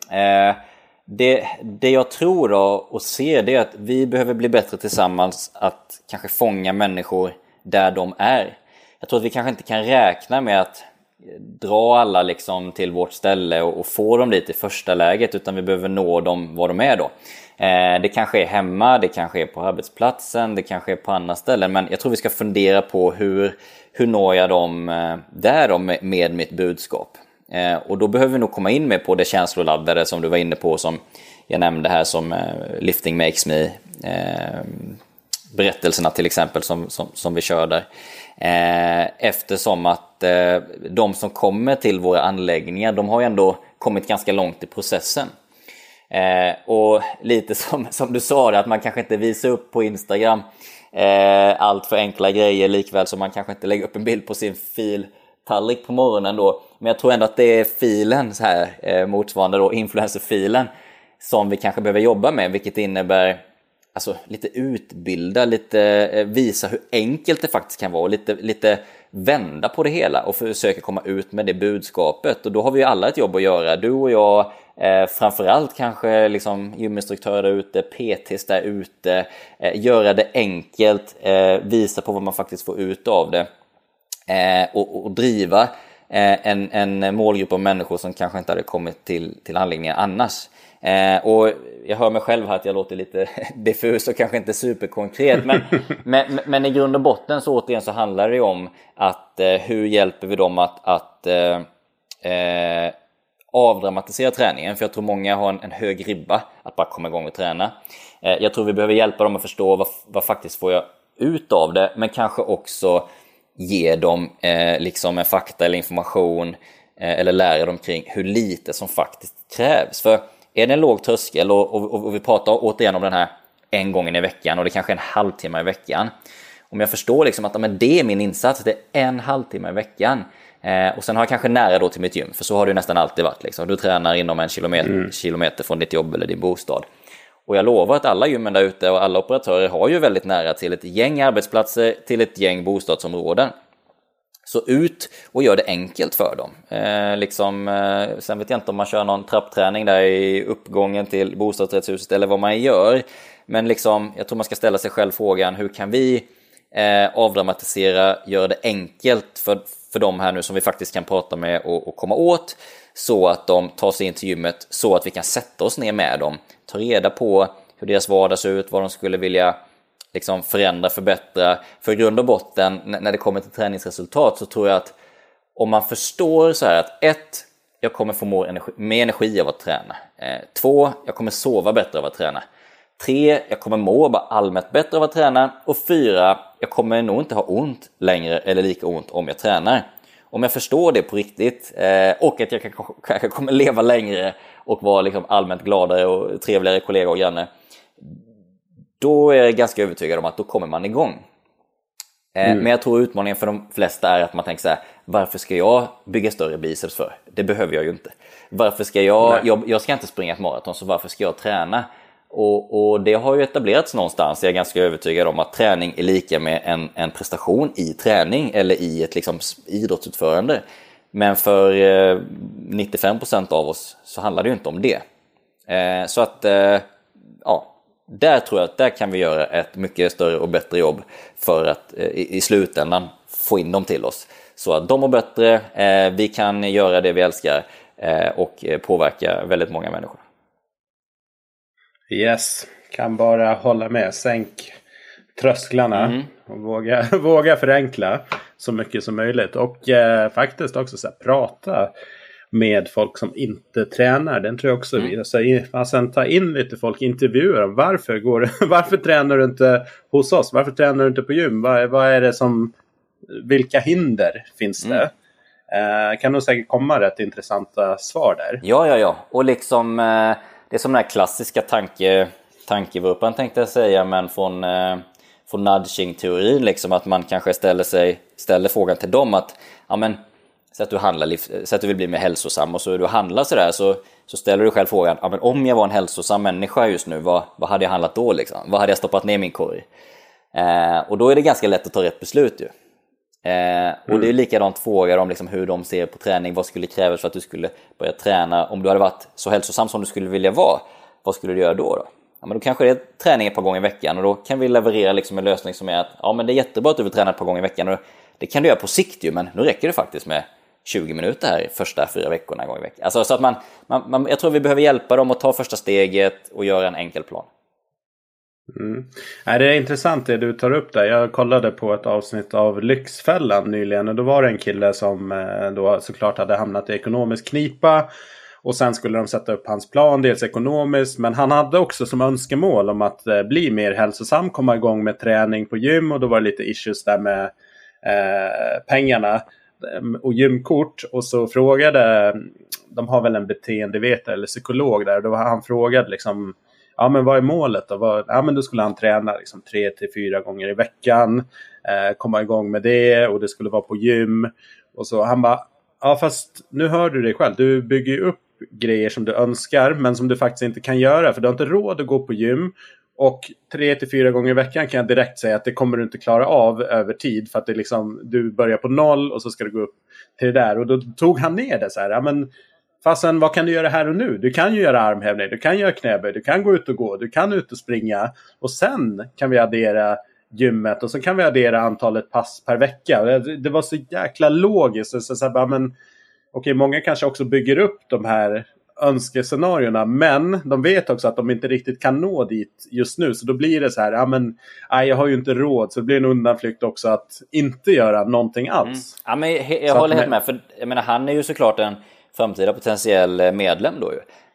Det jag tror då och ser, det är att vi behöver bli bättre tillsammans att kanske fånga människor där de är. Jag tror att vi kanske inte kan räkna med att dra alla liksom till vårt ställe och få dem dit i första läget, utan vi behöver nå dem var de är då. Det kanske är hemma, det kanske är på arbetsplatsen, det kanske är på andra ställen, men jag tror vi ska fundera på hur når jag dem där då med mitt budskap. Och då behöver vi nog komma in med på det känsloladdade som du var inne på, som jag nämnde här, som Lifting Makes Me, berättelserna till exempel som vi kör där. Eftersom att de som kommer till våra anläggningar, de har ju ändå kommit ganska långt i processen. Och lite som du sa, att man kanske inte visar upp på Instagram allt för enkla grejer, likväl som man kanske inte lägger upp en bild på sin filtallrik på morgonen då. Men jag tror ändå att det är filen så här, motsvarande då influencerfilen, som vi kanske behöver jobba med, vilket innebär alltså lite utbilda, lite visa hur enkelt det faktiskt kan vara, lite vända på det hela och försöka komma ut med det budskapet. Och då har vi ju alla ett jobb att göra, du och jag, framförallt kanske liksom gyminstruktörer där ute, PTs där ute, göra det enkelt, visa på vad man faktiskt får ut av det, och driva en målgrupp av människor som kanske inte hade kommit till anläggningar annars. Och jag hör mig själv här att jag låter lite diffus och kanske inte superkonkret, men i grund och botten så återigen så handlar det om att hur hjälper vi dem att avdramatisera träningen, för jag tror många har en hög ribba att bara komma igång och träna. Jag tror vi behöver hjälpa dem att förstå vad faktiskt får jag ut av det, men kanske också ge dem liksom en fakta eller information eller lära dem kring hur lite som faktiskt krävs. För är det en låg tröskel och vi pratar återigen om den här en gång i veckan och det kanske är en halvtimme i veckan. Om jag förstår liksom att men det är min insats, det är en halvtimme i veckan. Och sen har jag kanske nära då till mitt gym, för så har det ju nästan alltid varit. Liksom. Du tränar inom en kilometer från ditt jobb eller din bostad. Och jag lovar att alla gymmen där ute och alla operatörer har ju väldigt nära till ett gäng arbetsplatser, till ett gäng bostadsområden. Så ut och gör det enkelt för dem. Sen vet jag inte om man kör någon trappträning där i uppgången till bostadsrättshuset eller vad man gör. Men liksom, jag tror man ska ställa sig själv frågan, hur kan vi avdramatisera, göra det enkelt för de här nu som vi faktiskt kan prata med och komma åt, så att de tar sig in till gymmet, så att vi kan sätta oss ner med dem, ta reda på hur deras vardag ser ut, vad de skulle vilja liksom förändra, förbättra. För i grund och botten, när det kommer till träningsresultat, så tror jag att om man förstår så här att 1, jag kommer få mer energi av att träna. 2, jag kommer sova bättre av att träna. 3, jag kommer må bara allmänt bättre av att träna. Och 4, jag kommer nog inte ha ont längre eller lika ont om jag tränar. Om jag förstår det på riktigt, och att jag kanske kommer leva längre och vara liksom allmänt gladare och trevligare kollega och granne, då är jag ganska övertygad om att då kommer man igång. Men jag tror utmaningen för de flesta är att man tänker så här: varför ska jag bygga större biceps för? Det behöver jag ju inte. Varför ska jag ska inte springa ett maraton, så varför ska jag träna? Och det har ju etablerats någonstans. Jag är ganska övertygad om att träning är lika med en prestation i träning eller i ett liksom idrottsutförande. Men för 95% av oss så handlar det ju inte om det. Så att där tror jag att där kan vi göra ett mycket större och bättre jobb för att i slutändan få in dem till oss. Så att de mår bättre, vi kan göra det vi älskar och påverka väldigt många människor. Yes, kan bara hålla med. Sänk trösklarna och våga förenkla så mycket som möjligt. Och faktiskt också så här, prata med folk som inte tränar. Den tror jag också sen ta in lite folk, intervjuer om varför tränar du inte hos oss? Varför tränar du inte på gym? Vad är det som, vilka hinder finns det? Kan nog säkert komma rätt intressanta svar där. Ja. Och liksom det är som den här klassiska tankevurpan tänkte jag säga, men från nudging-teorin liksom, att man kanske ställer frågan till dem att så att du vill bli mer hälsosam, och så du handlar sådär, så ställer du själv frågan, men om jag var en hälsosam människa just nu, vad hade jag handlat då liksom? Vad hade jag stoppat ner i min korg? Och då är det ganska lätt att ta rätt beslut ju. Och det är likadant frågar om liksom hur de ser på träning. Vad skulle krävas för att du skulle börja träna? Om du hade varit så hälsosam som du skulle vilja vara, vad skulle du göra då? Ja, men då kanske det är träning ett par gånger i veckan, och då kan vi leverera liksom en lösning som är att men det är jättebra att du vill träna ett par gånger i veckan, och det kan du göra på sikt ju, men nu räcker det faktiskt med 20 minuter här första 4 veckorna en gång i veckan. Alltså, så att man, jag tror vi behöver hjälpa dem att ta första steget och göra en enkel plan. Det är intressant det du tar upp där. Jag kollade på ett avsnitt av Lyxfällan nyligen, och då var det en kille som då såklart hade hamnat i ekonomisk knipa, och sen skulle de sätta upp hans plan, dels ekonomiskt, men han hade också som önskemål om att bli mer hälsosam, komma igång med träning på gym, och då var det lite issues där med pengarna och gymkort. Och så frågade, de har väl en beteendevetare eller psykolog där, då han frågade liksom, men vad är målet då? Men då skulle han träna liksom 3-4 gånger i veckan, komma igång med det, och det skulle vara på gym. Och så han bara, fast nu hör du dig själv, du bygger upp grejer som du önskar, men som du faktiskt inte kan göra, för du har inte råd att gå på gym. Och 3-4 gånger i veckan kan jag direkt säga att det kommer du inte klara av över tid, för att det liksom, du börjar på 0 och så ska du gå upp till det där. Och då tog han ner det så här, fastän vad kan du göra här och nu? Du kan ju göra armhävning, du kan göra knäböj, du kan gå ut och gå, du kan ut och springa. Och sen kan vi addera gymmet, och så kan vi addera antalet pass per vecka. Och det var så jäkla logiskt. Okej, många kanske också bygger upp de här önskescenarierna, men de vet också att de inte riktigt kan nå dit just nu. Så då blir det så här, jag har ju inte råd. Så det blir en undanflykt också att inte göra någonting alls. Ja, men jag håller helt med, för jag menar, han är ju såklart en framtida potentiell medlem då ju.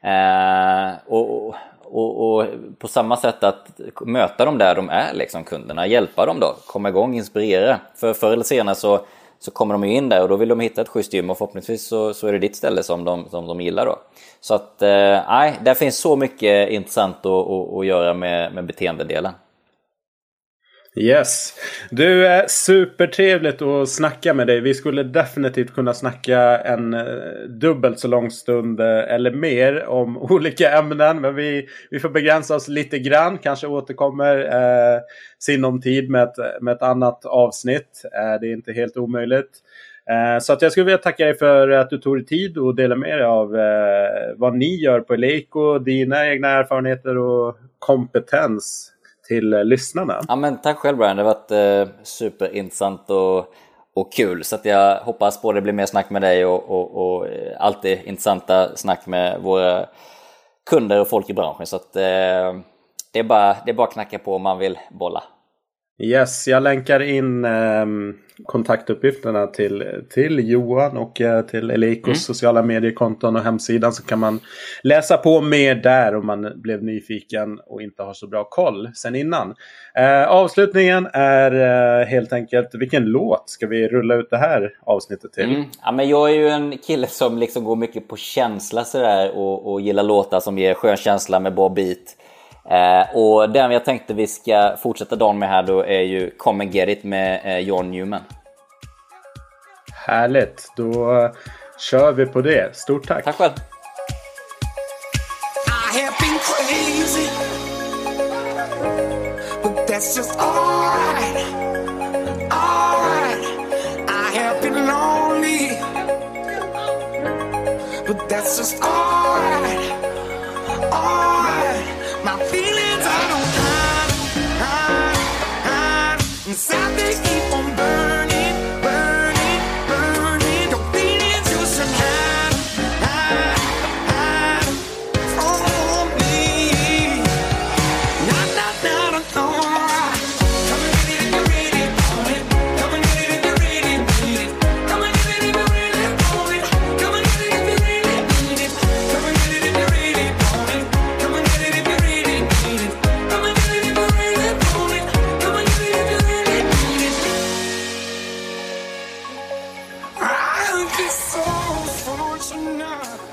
Och på samma sätt att möta dem där de är liksom, kunderna, hjälpa dem då, komma igång, inspirera. För förr eller senare så kommer de ju in där, och då vill de hitta ett schysst gym, och förhoppningsvis så är det ditt ställe som de gillar då. Så att där finns så mycket intressant att göra med beteendedelen. Yes. Du, är supertrevligt att snacka med dig. Vi skulle definitivt kunna snacka en dubbelt så lång stund eller mer om olika ämnen, men vi får begränsa oss lite grann. Kanske återkommer sinom tid med ett annat avsnitt. Det är inte helt omöjligt. Så att jag skulle vilja tacka dig för att du tog dig tid och delade med dig av vad ni gör på Eleiko, dina egna erfarenheter och kompetens till lyssnarna. Ja, men tack själv Brian, det har varit superintressant och kul, så att jag hoppas på det blir mer snack med dig och alltid intressanta snack med våra kunder och folk i branschen, så att det är bara att knacka på om man vill bolla. Yes, jag länkar in kontaktuppgifterna till Johan och till Eleikos sociala mediekonton och hemsidan, så kan man läsa på mer där om man blev nyfiken och inte har så bra koll sen innan. Avslutningen är helt enkelt, vilken låt ska vi rulla ut det här avsnittet till? Ja, men jag är ju en kille som liksom går mycket på känsla sådär, och gillar låtar som ger skön känsla med bra beat. Och den jag tänkte vi ska fortsätta dagen med här då är ju Come and Get It med John Newman. Härligt, då kör vi på det. Stort tack. Tack själv. I have been crazy, but that's just alright. I have been lonely, but that's just alright. be so fortunate.